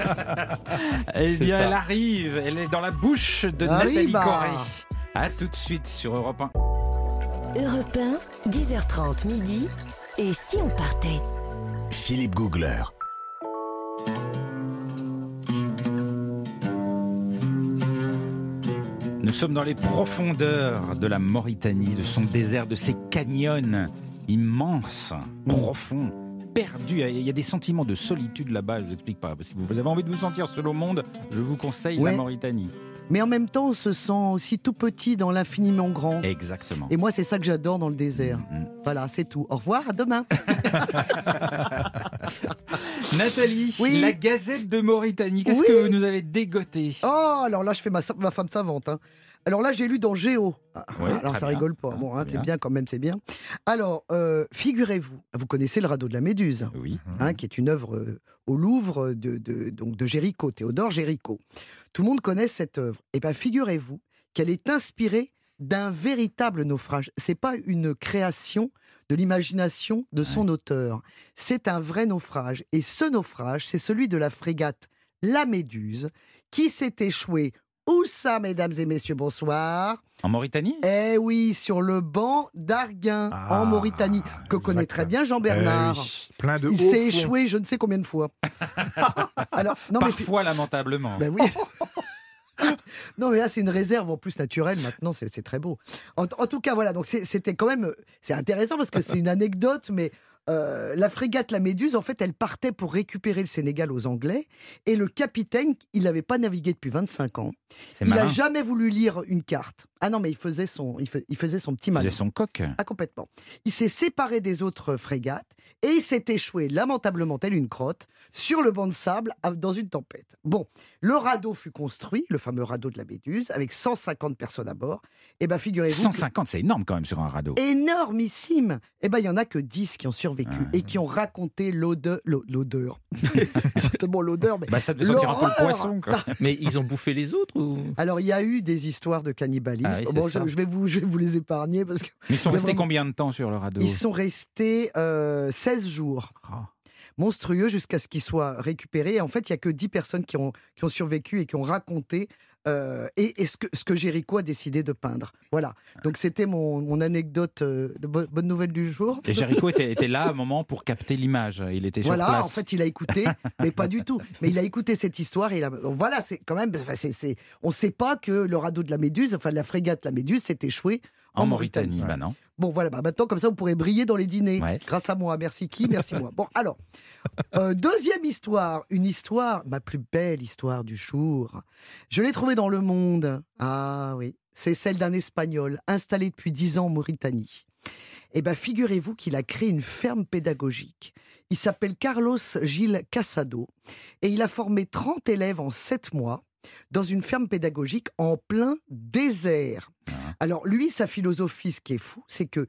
Speaker 3: Eh bien, elle arrive. Elle est dans la bouche de Nathalie Corée. A tout de suite sur Europe 1.
Speaker 2: Europe 1, 10h30 midi. Et si on partait ?
Speaker 1: Philippe Googler.
Speaker 3: Nous sommes dans les profondeurs de la Mauritanie, de son désert, de ses canyons immenses, profonds, perdus. Il y a des sentiments de solitude là-bas, je ne vous explique pas. Si vous avez envie de vous sentir seul au monde, je vous conseille la Mauritanie.
Speaker 4: Mais en même temps, on se sent aussi tout petit dans l'infiniment grand.
Speaker 3: Exactement.
Speaker 4: Et moi, c'est ça que j'adore dans le désert. Voilà, c'est tout. Au revoir, à demain.
Speaker 3: Nathalie, la Gazette de Mauritanie, qu'est-ce que vous nous avez dégoté ?
Speaker 4: Oh, alors là, je fais ma femme savante. Alors là, j'ai lu dans Géo. Alors ça rigole pas. Bon, c'est bien quand même, c'est bien. Alors, figurez-vous, vous connaissez le radeau de la Méduse, qui est une œuvre au Louvre de Géricault, Théodore Géricault. Tout le monde connaît cette œuvre. Et bien, figurez-vous qu'elle est inspirée d'un véritable naufrage. C'est pas une création de l'imagination de son auteur. C'est un vrai naufrage. Et ce naufrage, c'est celui de la frégate La Méduse, qui s'est échouée. Où ça, mesdames et messieurs, bonsoir.
Speaker 3: En Mauritanie ?
Speaker 4: Eh oui, sur le banc d'Arguin, en Mauritanie, que connaît très bien Jean-Bernard.
Speaker 5: Plein de
Speaker 4: Il s'est échoué je ne sais combien de fois.
Speaker 3: Alors, parfois, lamentablement.
Speaker 4: Ben oui. Non, mais là, c'est une réserve en plus naturelle. Maintenant, c'est très beau. En tout cas, voilà. Donc, c'était quand même... C'est intéressant parce que c'est une anecdote, mais... la frégate La Méduse, en fait, elle partait pour récupérer le Sénégal aux Anglais. Et le capitaine, il n'avait pas navigué depuis 25 ans. Il n'a jamais voulu lire une carte. Ah non, mais il faisait son petit malin.
Speaker 3: Il faisait son coq.
Speaker 4: Ah, complètement. Il s'est séparé des autres frégates et il s'est échoué lamentablement tel une crotte sur le banc de sable dans une tempête. Bon, le radeau fut construit, le fameux radeau de La Méduse, avec 150 personnes à bord. Et bien, figurez-vous...
Speaker 3: 150, c'est énorme quand même sur un radeau.
Speaker 4: Énormissime. Et bien, il n'y en a que 10 qui ont survécu et qui ont raconté l'odeur. C'est tellement l'odeur. Mais
Speaker 3: ça devait sentir un peu le poisson. Quoi.
Speaker 8: Mais ils ont bouffé les autres ou...
Speaker 4: Alors, il y a eu des histoires de cannibalisme.
Speaker 8: Ah oui,
Speaker 4: bon, je vais vous les épargner. Parce que
Speaker 3: ils sont restés combien de temps sur le radeau?
Speaker 4: Ils sont restés 16 jours. Monstrueux jusqu'à ce qu'ils soient récupérés. Et en fait, il n'y a que 10 personnes qui ont survécu et qui ont raconté et ce que Géricault a décidé de peindre. Voilà. Donc c'était mon anecdote de bonne nouvelle du jour.
Speaker 3: Et Géricault était là à un moment pour capter l'image. Il était sur place.
Speaker 4: Voilà, en fait, il a écouté, mais pas du tout. Mais il a écouté cette histoire et voilà, c'est quand même... on ne sait pas que le radeau de La Méduse, enfin la frégate La Méduse, s'est échouée en Mauritanie.
Speaker 3: Bah non.
Speaker 4: Bon, voilà, maintenant, comme ça, vous pourrez briller dans les dîners.
Speaker 3: Ouais.
Speaker 4: Grâce à moi. Merci qui? Merci moi. Bon, alors, deuxième histoire. Une histoire, ma plus belle histoire du jour. Je l'ai trouvée dans Le Monde. Ah oui, c'est celle d'un Espagnol installé depuis 10 ans en Mauritanie. Eh bien, figurez-vous qu'il a créé une ferme pédagogique. Il s'appelle Carlos Gil Casado et il a formé 30 élèves en 7 mois dans une ferme pédagogique en plein désert. Alors lui, sa philosophie, ce qui est fou, c'est que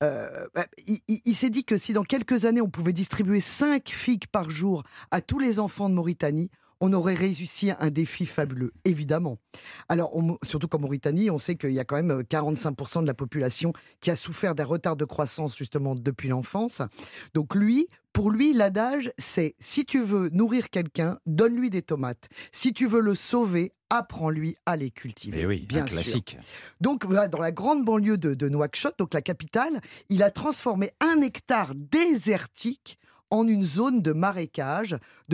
Speaker 4: il s'est dit que si dans quelques années on pouvait distribuer 5 figues par jour à tous les enfants de Mauritanie, on aurait réussi un défi fabuleux, évidemment. Alors, surtout qu'en Mauritanie, on sait qu'il y a quand même 45% de la population qui a souffert d'un retard de croissance, justement, depuis l'enfance. Donc pour lui, l'adage, c'est « si tu veux nourrir quelqu'un, donne-lui des tomates. Si tu veux le sauver, apprends-lui à les cultiver. »
Speaker 3: Et oui,
Speaker 4: bien
Speaker 3: un classique.
Speaker 4: Sûr. Donc, voilà, dans la grande banlieue de Nouakchott, donc la capitale, il a transformé 1 hectare désertique en une zone de maraîchage. Oh,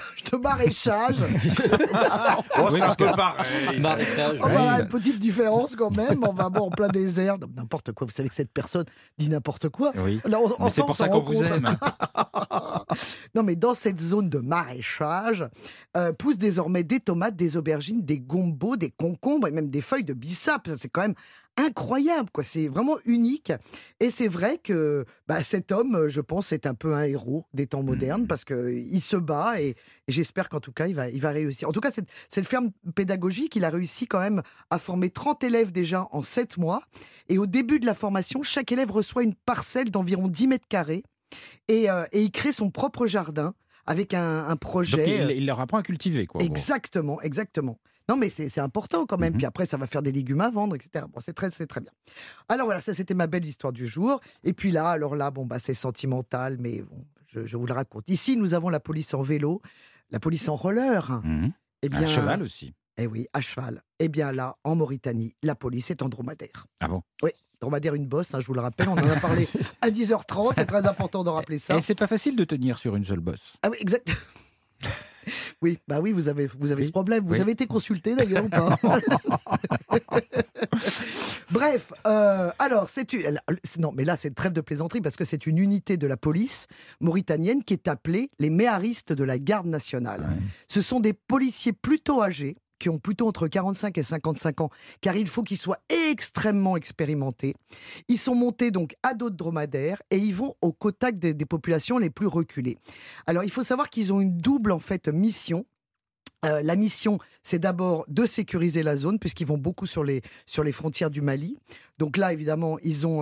Speaker 5: c'est un peu pareil.
Speaker 8: Marécage.
Speaker 4: Une petite différence quand même. On va en plein désert. N'importe quoi. Vous savez que cette personne dit n'importe quoi.
Speaker 3: Oui.
Speaker 4: Là,
Speaker 3: mais c'est pour ça qu'on vous aime.
Speaker 4: Non, mais dans cette zone de maraîchage, poussent désormais des tomates, des aubergines, des gombos, des concombres et même des feuilles de bissap. C'est quand même incroyable, quoi. C'est vraiment unique. Et c'est vrai que cet homme, je pense, est un peu un héros des temps modernes parce qu'il se bat et j'espère qu'en tout cas, il va réussir. En tout cas, cette ferme pédagogique, il a réussi quand même à former 30 élèves déjà en 7 mois. Et au début de la formation, chaque élève reçoit une parcelle d'environ 10 mètres carrés et il crée son propre jardin avec un projet.
Speaker 3: Donc il leur apprend à cultiver, quoi.
Speaker 4: Exactement. Non, mais c'est important quand même. Puis après, ça va faire des légumes à vendre, etc. Bon, c'est très bien. Alors voilà, ça, c'était ma belle histoire du jour. Et puis là, c'est sentimental, mais bon, je vous le raconte. Ici, nous avons la police en vélo, la police en roller.
Speaker 3: Eh bien, à cheval aussi.
Speaker 4: Eh oui, à cheval. Eh bien là, en Mauritanie, la police est en dromadaire.
Speaker 3: Ah bon?
Speaker 4: Oui. Dromadaire, une bosse, je vous le rappelle, on en a parlé à 10h30, c'est très important de rappeler ça.
Speaker 3: Et c'est pas facile de tenir sur une seule bosse.
Speaker 4: Ah oui, exact. Oui, vous avez ce problème. Vous avez été consulté d'ailleurs ou pas? Bref, alors non, mais là c'est trêve de plaisanterie parce que c'est une unité de la police mauritanienne qui est appelée les méharistes de la garde nationale. Ouais. Ce sont des policiers plutôt âgés qui ont plutôt entre 45 et 55 ans, car il faut qu'ils soient extrêmement expérimentés. Ils sont montés donc à dos de dromadaire et ils vont au contact des populations les plus reculées. Alors, il faut savoir qu'ils ont une double, en fait, mission. La mission, c'est d'abord de sécuriser la zone, puisqu'ils vont beaucoup sur les frontières du Mali. Donc là, évidemment,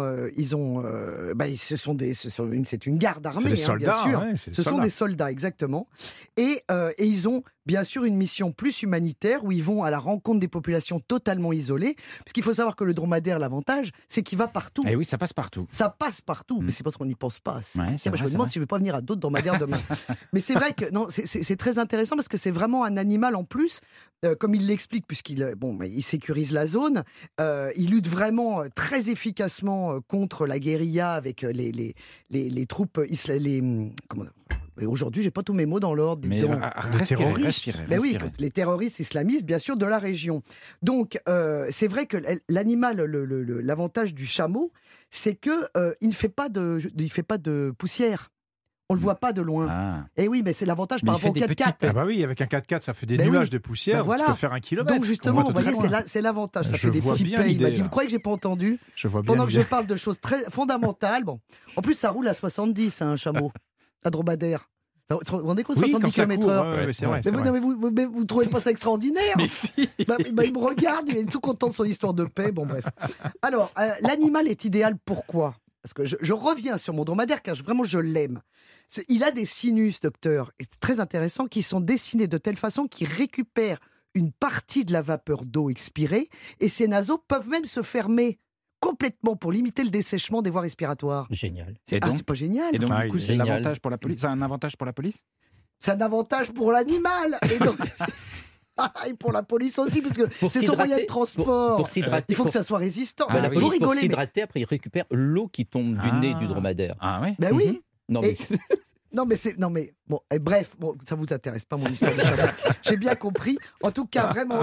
Speaker 4: c'est une garde armée,
Speaker 5: c'est des soldats,
Speaker 4: bien sûr.
Speaker 5: Ouais,
Speaker 4: ce sont des soldats, exactement. Et ils ont bien sûr une mission plus humanitaire où ils vont à la rencontre des populations totalement isolées. Parce qu'il faut savoir que le dromadaire, l'avantage, c'est qu'il va partout.
Speaker 3: Et oui, ça passe partout.
Speaker 4: Ça passe partout, mais c'est parce qu'on n'y pense pas.
Speaker 3: Ouais,
Speaker 4: je me demande si je ne vais pas venir à d'autres dromadaires demain. Mais c'est vrai que c'est très intéressant parce que c'est vraiment un animal en plus, comme il l'explique, puisqu'il il sécurise la zone. Il lutte vraiment très efficacement contre la guérilla avec les troupes Et aujourd'hui, j'ai pas tous mes mots dans l'ordre.
Speaker 3: Mais respirez.
Speaker 4: Ben oui, les terroristes islamistes, bien sûr, de la région. Donc, c'est vrai que l'animal, l'avantage du chameau, c'est que il ne fait pas de poussière. On le voit pas de loin.
Speaker 3: Ah.
Speaker 4: Et oui, mais c'est l'avantage par rapport au 4x4.
Speaker 5: Ah bah oui, avec un 4x4, ça fait des nuages de poussière.
Speaker 4: Voilà.
Speaker 5: Tu peux faire 1 kilomètre.
Speaker 4: Donc justement, vous voyez, c'est l'avantage. Ça fait des petits pays. Il m'a dit, vous croyez que j'ai pas entendu? Pendant que je parle de choses très fondamentales. Bon, en plus, ça roule à 70, un chameau, un dromadaire. Vous vous rendez compte, 70 km/h.
Speaker 5: Oui, c'est vrai.
Speaker 4: Mais vous trouvez pas ça extraordinaire?
Speaker 3: Mais si.
Speaker 4: Il me regarde, il est tout content de son histoire de paix. Bon, bref. Alors, l'animal est idéal, pourquoi? Parce que je reviens sur mon dromadaire, car vraiment, je l'aime. Il a des sinus, docteur, et très intéressants, qui sont dessinés de telle façon qu'ils récupèrent une partie de la vapeur d'eau expirée, et ces naseaux peuvent même se fermer complètement pour limiter le dessèchement des voies respiratoires.
Speaker 8: Génial.
Speaker 4: C'est pas génial?
Speaker 3: Et donc, du coup, c'est un avantage pour la police? C'est un avantage pour la police?
Speaker 4: C'est un avantage pour l'animal. Et donc... Et pour la police aussi, parce que c'est son moyen de transport.
Speaker 8: Pour s'hydrater.
Speaker 4: Il faut que ça soit résistant.
Speaker 8: La police, pour s'hydrater, après, il récupère l'eau qui tombe du nez du dromadaire.
Speaker 3: Ah oui?
Speaker 4: Ben oui.
Speaker 8: Non, mais...
Speaker 4: Bref, ça vous intéresse pas mon histoire de chameau. J'ai bien compris. En tout cas, vraiment,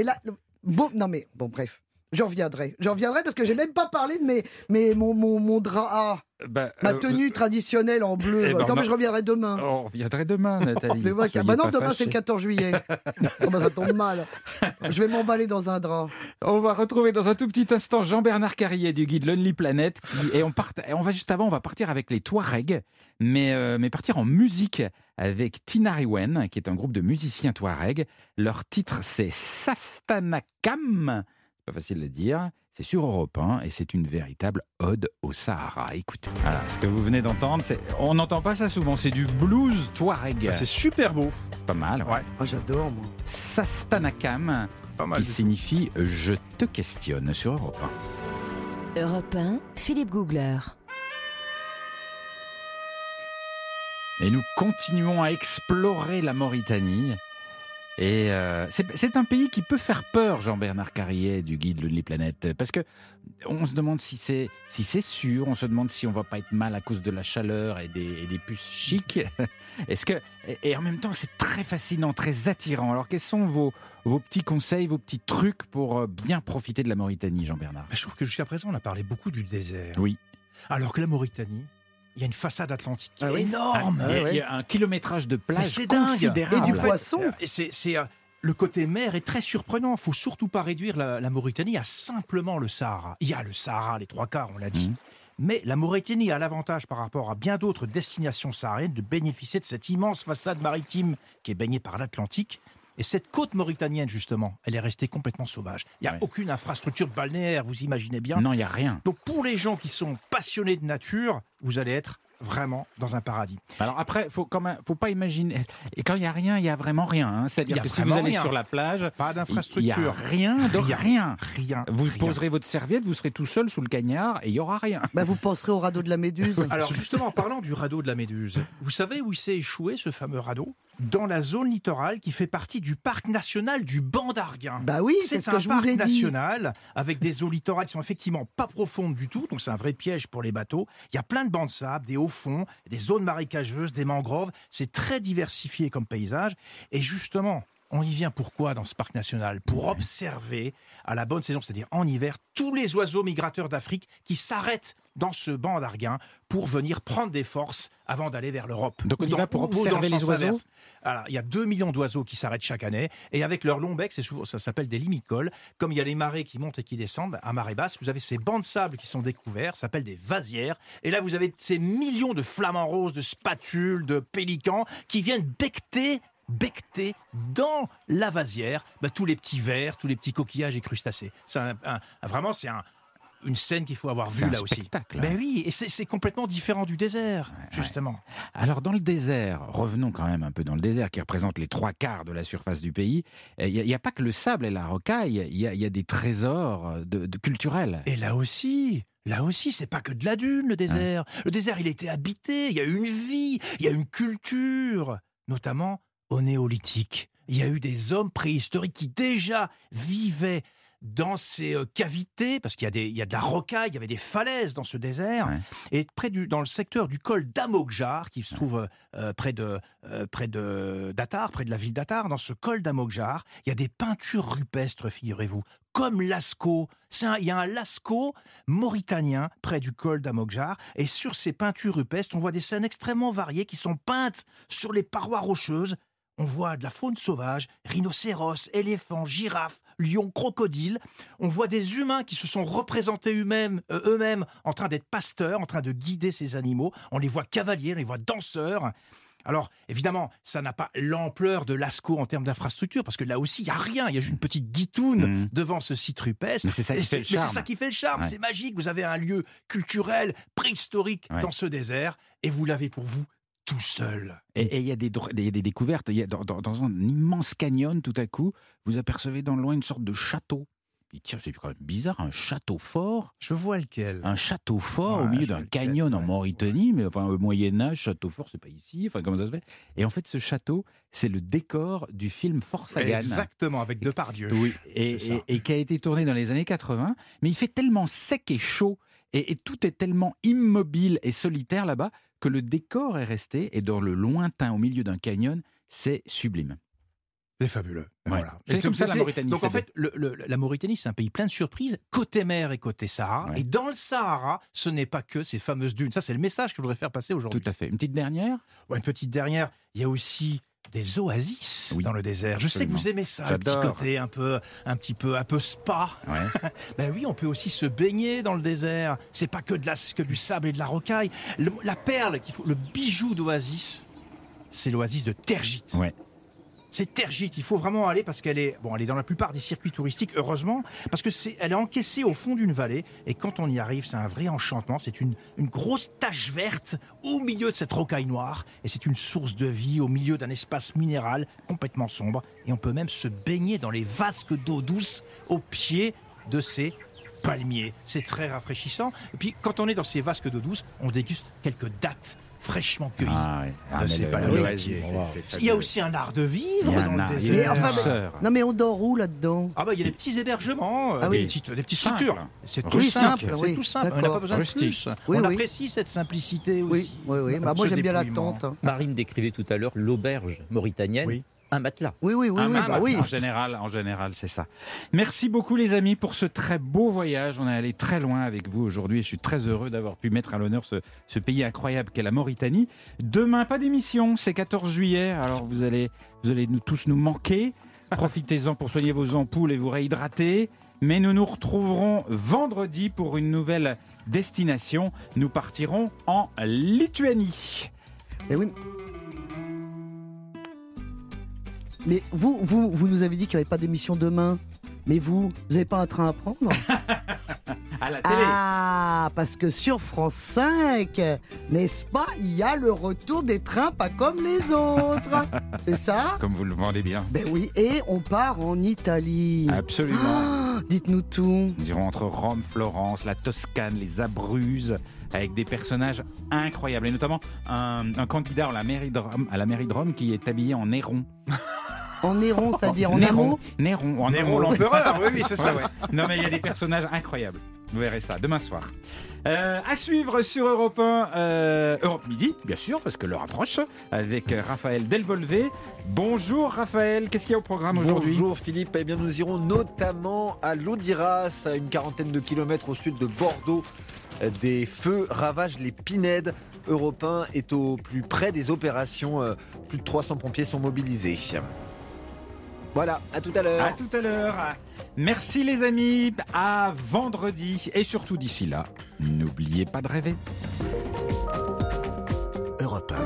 Speaker 4: bref. J'en reviendrai parce que j'ai même pas parlé de mon drap. Ma tenue traditionnelle en bleu. Mais je reviendrai demain.
Speaker 3: On reviendrait demain, Nathalie.
Speaker 4: Demain c'est le 14 juillet. Ça tombe mal. Je vais m'emballer dans un drap.
Speaker 3: On va retrouver dans un tout petit instant Jean-Bernard Carrier du guide Lonely Planet. On va partir avec les Touaregs, mais partir en musique avec Tinariwen, qui est un groupe de musiciens Touaregs. Leur titre, c'est Sastanakam. Pas facile à dire, c'est sur Europe 1 et c'est une véritable ode au Sahara. Écoutez, voilà, ce que vous venez d'entendre, on n'entend pas ça souvent, c'est du blues touareg.
Speaker 5: C'est super beau.
Speaker 3: C'est pas mal. Ouais.
Speaker 4: Oh, j'adore, moi.
Speaker 3: Sastanakam, qui signifie « je te questionne » sur Europe
Speaker 2: 1. Europe 1, Philippe Googler.
Speaker 3: Et nous continuons à explorer la Mauritanie. Et c'est un pays qui peut faire peur, Jean-Bernard Carrier du guide Lonely Planet, parce que on se demande si c'est sûr, on se demande si on va pas être mal à cause de la chaleur et des puces chics. Et en même temps, c'est très fascinant, très attirant. Alors, quels sont vos petits conseils, vos petits trucs pour bien profiter de la Mauritanie, Jean-Bernard?
Speaker 5: Je trouve que jusqu'à présent, on a parlé beaucoup du désert.
Speaker 3: Oui.
Speaker 5: Alors que la Mauritanie, il y a une façade atlantique énorme.
Speaker 3: Il y a un kilométrage de plage
Speaker 4: considérable. Et du poisson.
Speaker 5: Le côté mer est très surprenant. Il ne faut surtout pas réduire la Mauritanie à simplement le Sahara. Il y a le Sahara, les 3/4, on l'a dit. Mais la Mauritanie a l'avantage par rapport à bien d'autres destinations sahariennes de bénéficier de cette immense façade maritime qui est baignée par l'Atlantique. Et cette côte mauritanienne, justement, elle est restée complètement sauvage. Il n'y a aucune infrastructure balnéaire, vous imaginez bien.
Speaker 3: Non, il n'y a rien.
Speaker 5: Donc pour les gens qui sont passionnés de nature, vous allez être vraiment dans un paradis.
Speaker 3: Alors après, faut pas imaginer. Et quand il n'y a rien, il n'y a vraiment rien. Hein. C'est-à-dire que si vous allez sur la plage,
Speaker 5: pas d'infrastructure,
Speaker 3: il n'y a rien. Vous
Speaker 5: rien.
Speaker 3: poserez votre serviette, vous serez tout seul sous le cagnard et il n'y aura rien.
Speaker 4: Vous penserez au radeau de la Méduse.
Speaker 5: Alors justement, en parlant du radeau de la Méduse, vous savez où il s'est échoué, ce fameux radeau? Dans la zone littorale qui fait partie du parc national du Banc d'Arguin.
Speaker 4: Oui, c'est ce que je vous ai dit.
Speaker 5: C'est un parc national avec des eaux littorales qui sont effectivement pas profondes du tout, donc c'est un vrai piège pour les bateaux. Il y a plein de bancs de sable, des hauts fonds, des zones marécageuses, des mangroves. C'est très diversifié comme paysage. Et justement, on y vient pourquoi dans ce parc national? Pour observer à la bonne saison, c'est-à-dire en hiver, tous les oiseaux migrateurs d'Afrique qui s'arrêtent dans ce banc d'Arguin pour venir prendre des forces avant d'aller vers l'Europe.
Speaker 3: Donc on y va pour observer les oiseaux.
Speaker 5: Alors, il y a 2 millions d'oiseaux qui s'arrêtent chaque année et avec leur long bec, ça s'appelle des limicoles. Comme il y a les marées qui montent et qui descendent, à marée basse, vous avez ces bancs de sable qui sont découverts, ça s'appelle des vasières. Et là, vous avez ces millions de flamants roses, de spatules, de pélicans qui viennent becqueter dans la vasière tous les petits vers, tous les petits coquillages et crustacés. C'est vraiment une scène qu'il faut avoir vue là aussi.
Speaker 3: Spectacle.
Speaker 5: Ben oui, et c'est complètement différent du désert, justement.
Speaker 3: Alors dans le désert, revenons quand même un peu dans le désert qui représente les 3/4 de la surface du pays. Il n'y a pas que le sable et la rocaille, il y a des trésors culturels.
Speaker 5: Et là aussi, c'est pas que de la dune, le désert. Le désert, il a été habité, il y a eu une vie, il y a une culture, notamment au néolithique. Il y a eu des hommes préhistoriques qui déjà vivaient dans ces cavités, parce qu'il y a de la rocaille, il y avait des falaises dans ce désert, et dans le secteur du col d'Amokjar, qui se trouve près de Datar, près de la ville d'Atar, dans ce col d'Amokjar, il y a des peintures rupestres, figurez-vous, comme Lascaux. Il y a un Lascaux mauritanien près du col d'Amokjar, et sur ces peintures rupestres, on voit des scènes extrêmement variées qui sont peintes sur les parois rocheuses. On voit de la faune sauvage, rhinocéros, éléphants, girafes, lions, crocodiles. On voit des humains qui se sont représentés eux-mêmes en train d'être pasteurs, en train de guider ces animaux. On les voit cavaliers, on les voit danseurs. Alors, évidemment, ça n'a pas l'ampleur de Lascaux en termes d'infrastructure, parce que là aussi, il n'y a rien. Il y a juste une petite guitoune devant ce site rupestre.
Speaker 3: Mais c'est ça qui fait le charme.
Speaker 5: C'est magique. Vous avez un lieu culturel, préhistorique dans ce désert, et vous l'avez pour vous tout seul.
Speaker 3: Et il y a des découvertes. Dans un immense canyon, tout à coup, vous apercevez dans le loin une sorte de château. Et tiens, c'est quand même bizarre, un château fort.
Speaker 5: Je vois lequel.
Speaker 3: Un château fort au milieu d'un canyon en Mauritanie, mais enfin au Moyen-Âge, château fort, c'est pas ici. Enfin, comment ça se fait ? Et en fait, ce château, c'est le décor du film Force Sagan.
Speaker 5: Exactement, avec Depardieu.
Speaker 3: Oui, et qui a été tourné dans les années 80. Mais il fait tellement sec et chaud, et tout est tellement immobile et solitaire là-bas, que le décor est resté, et dans le lointain, au milieu d'un canyon, c'est sublime.
Speaker 5: C'est fabuleux.
Speaker 3: Ouais. Voilà. C'est comme ça la Mauritanie.
Speaker 5: Donc en fait, la Mauritanie, c'est un pays plein de surprises, côté mer et côté Sahara. Ouais. Et dans le Sahara, ce n'est pas que ces fameuses dunes. Ça, c'est le message que je voudrais faire passer aujourd'hui.
Speaker 3: Tout à fait. Une petite dernière ?
Speaker 5: Ouais, une petite dernière. Il y a aussi des oasis dans le désert. Je sais que vous aimez ça,
Speaker 3: J'adore.
Speaker 5: Le petit côté un peu spa. Ouais. Ben oui, on peut aussi se baigner dans le désert. C'est pas que du sable et de la rocaille. La perle, le bijou d'oasis, c'est l'oasis de Tergit.
Speaker 3: Ouais.
Speaker 5: C'est Tergit, il faut vraiment aller parce qu'elle est dans la plupart des circuits touristiques, heureusement, parce que elle est encaissée au fond d'une vallée, et quand on y arrive, c'est un vrai enchantement. C'est une grosse tache verte au milieu de cette rocaille noire, et c'est une source de vie au milieu d'un espace minéral complètement sombre, et on peut même se baigner dans les vasques d'eau douce au pied de ces palmiers. C'est très rafraîchissant. Et puis, quand on est dans ces vasques d'eau douce, on déguste quelques dattes fraîchement cueillis de ces palmiers. Il y a aussi un art de vivre dans le désert.
Speaker 4: Non mais on dort où là-dedans ?
Speaker 5: Ah bah il y a des petits hébergements, des petites structures. C'est tout
Speaker 4: simple.
Speaker 5: C'est tout simple. On n'a pas besoin de plus. On apprécie cette simplicité aussi.
Speaker 4: Oui. Bah, moi j'aime bien la tente.
Speaker 8: Marine décrivait tout à l'heure l'auberge mauritanienne.
Speaker 5: Oui.
Speaker 8: Un matelas.
Speaker 3: Oui. En général, c'est ça. Merci beaucoup les amis pour ce très beau voyage. On est allé très loin avec vous aujourd'hui et je suis très heureux d'avoir pu mettre à l'honneur ce pays incroyable qu'est la Mauritanie. Demain, pas d'émission, c'est 14 juillet, alors vous allez tous nous manquer. Profitez-en pour soigner vos ampoules et vous réhydrater. Mais nous nous retrouverons vendredi pour une nouvelle destination. Nous partirons en Lituanie.
Speaker 4: Et oui. Mais vous nous avez dit qu'il n'y avait pas d'émission demain. Mais vous n'avez pas un train à prendre ?
Speaker 3: À la télé.
Speaker 4: Ah, parce que sur France 5, n'est-ce pas, il y a le retour des trains pas comme les autres. C'est ça ?
Speaker 3: Comme vous le vendez bien.
Speaker 4: Ben oui, et on part en Italie.
Speaker 3: Absolument.
Speaker 4: Ah, dites-nous tout.
Speaker 3: Nous irons entre Rome, Florence, la Toscane, les Abruzzes, avec des personnages incroyables. Et notamment un candidat à la mairie de Rome qui est habillé en Néron.
Speaker 4: En Néron, c'est-à-dire en amour ?
Speaker 3: Néron
Speaker 5: l'empereur, oui, c'est ça. Ouais.
Speaker 3: Non, mais il y a des personnages incroyables. Vous verrez ça demain soir. À suivre sur Europe 1, Europe Midi, bien sûr, parce que l'heure approche, avec Raphaël Delvolvé. Bonjour Raphaël, qu'est-ce qu'il y a au programme aujourd'hui ?
Speaker 9: Bonjour Philippe, eh bien nous irons notamment à l'Audiras, à une quarantaine de kilomètres au sud de Bordeaux. Des feux ravagent les Pinèdes. Europe 1 est au plus près des opérations. Plus de 300 pompiers sont mobilisés. Voilà, à tout à l'heure.
Speaker 3: À tout à l'heure. Merci les amis, à vendredi. Et surtout d'ici là, n'oubliez pas de rêver.
Speaker 1: Europe 1.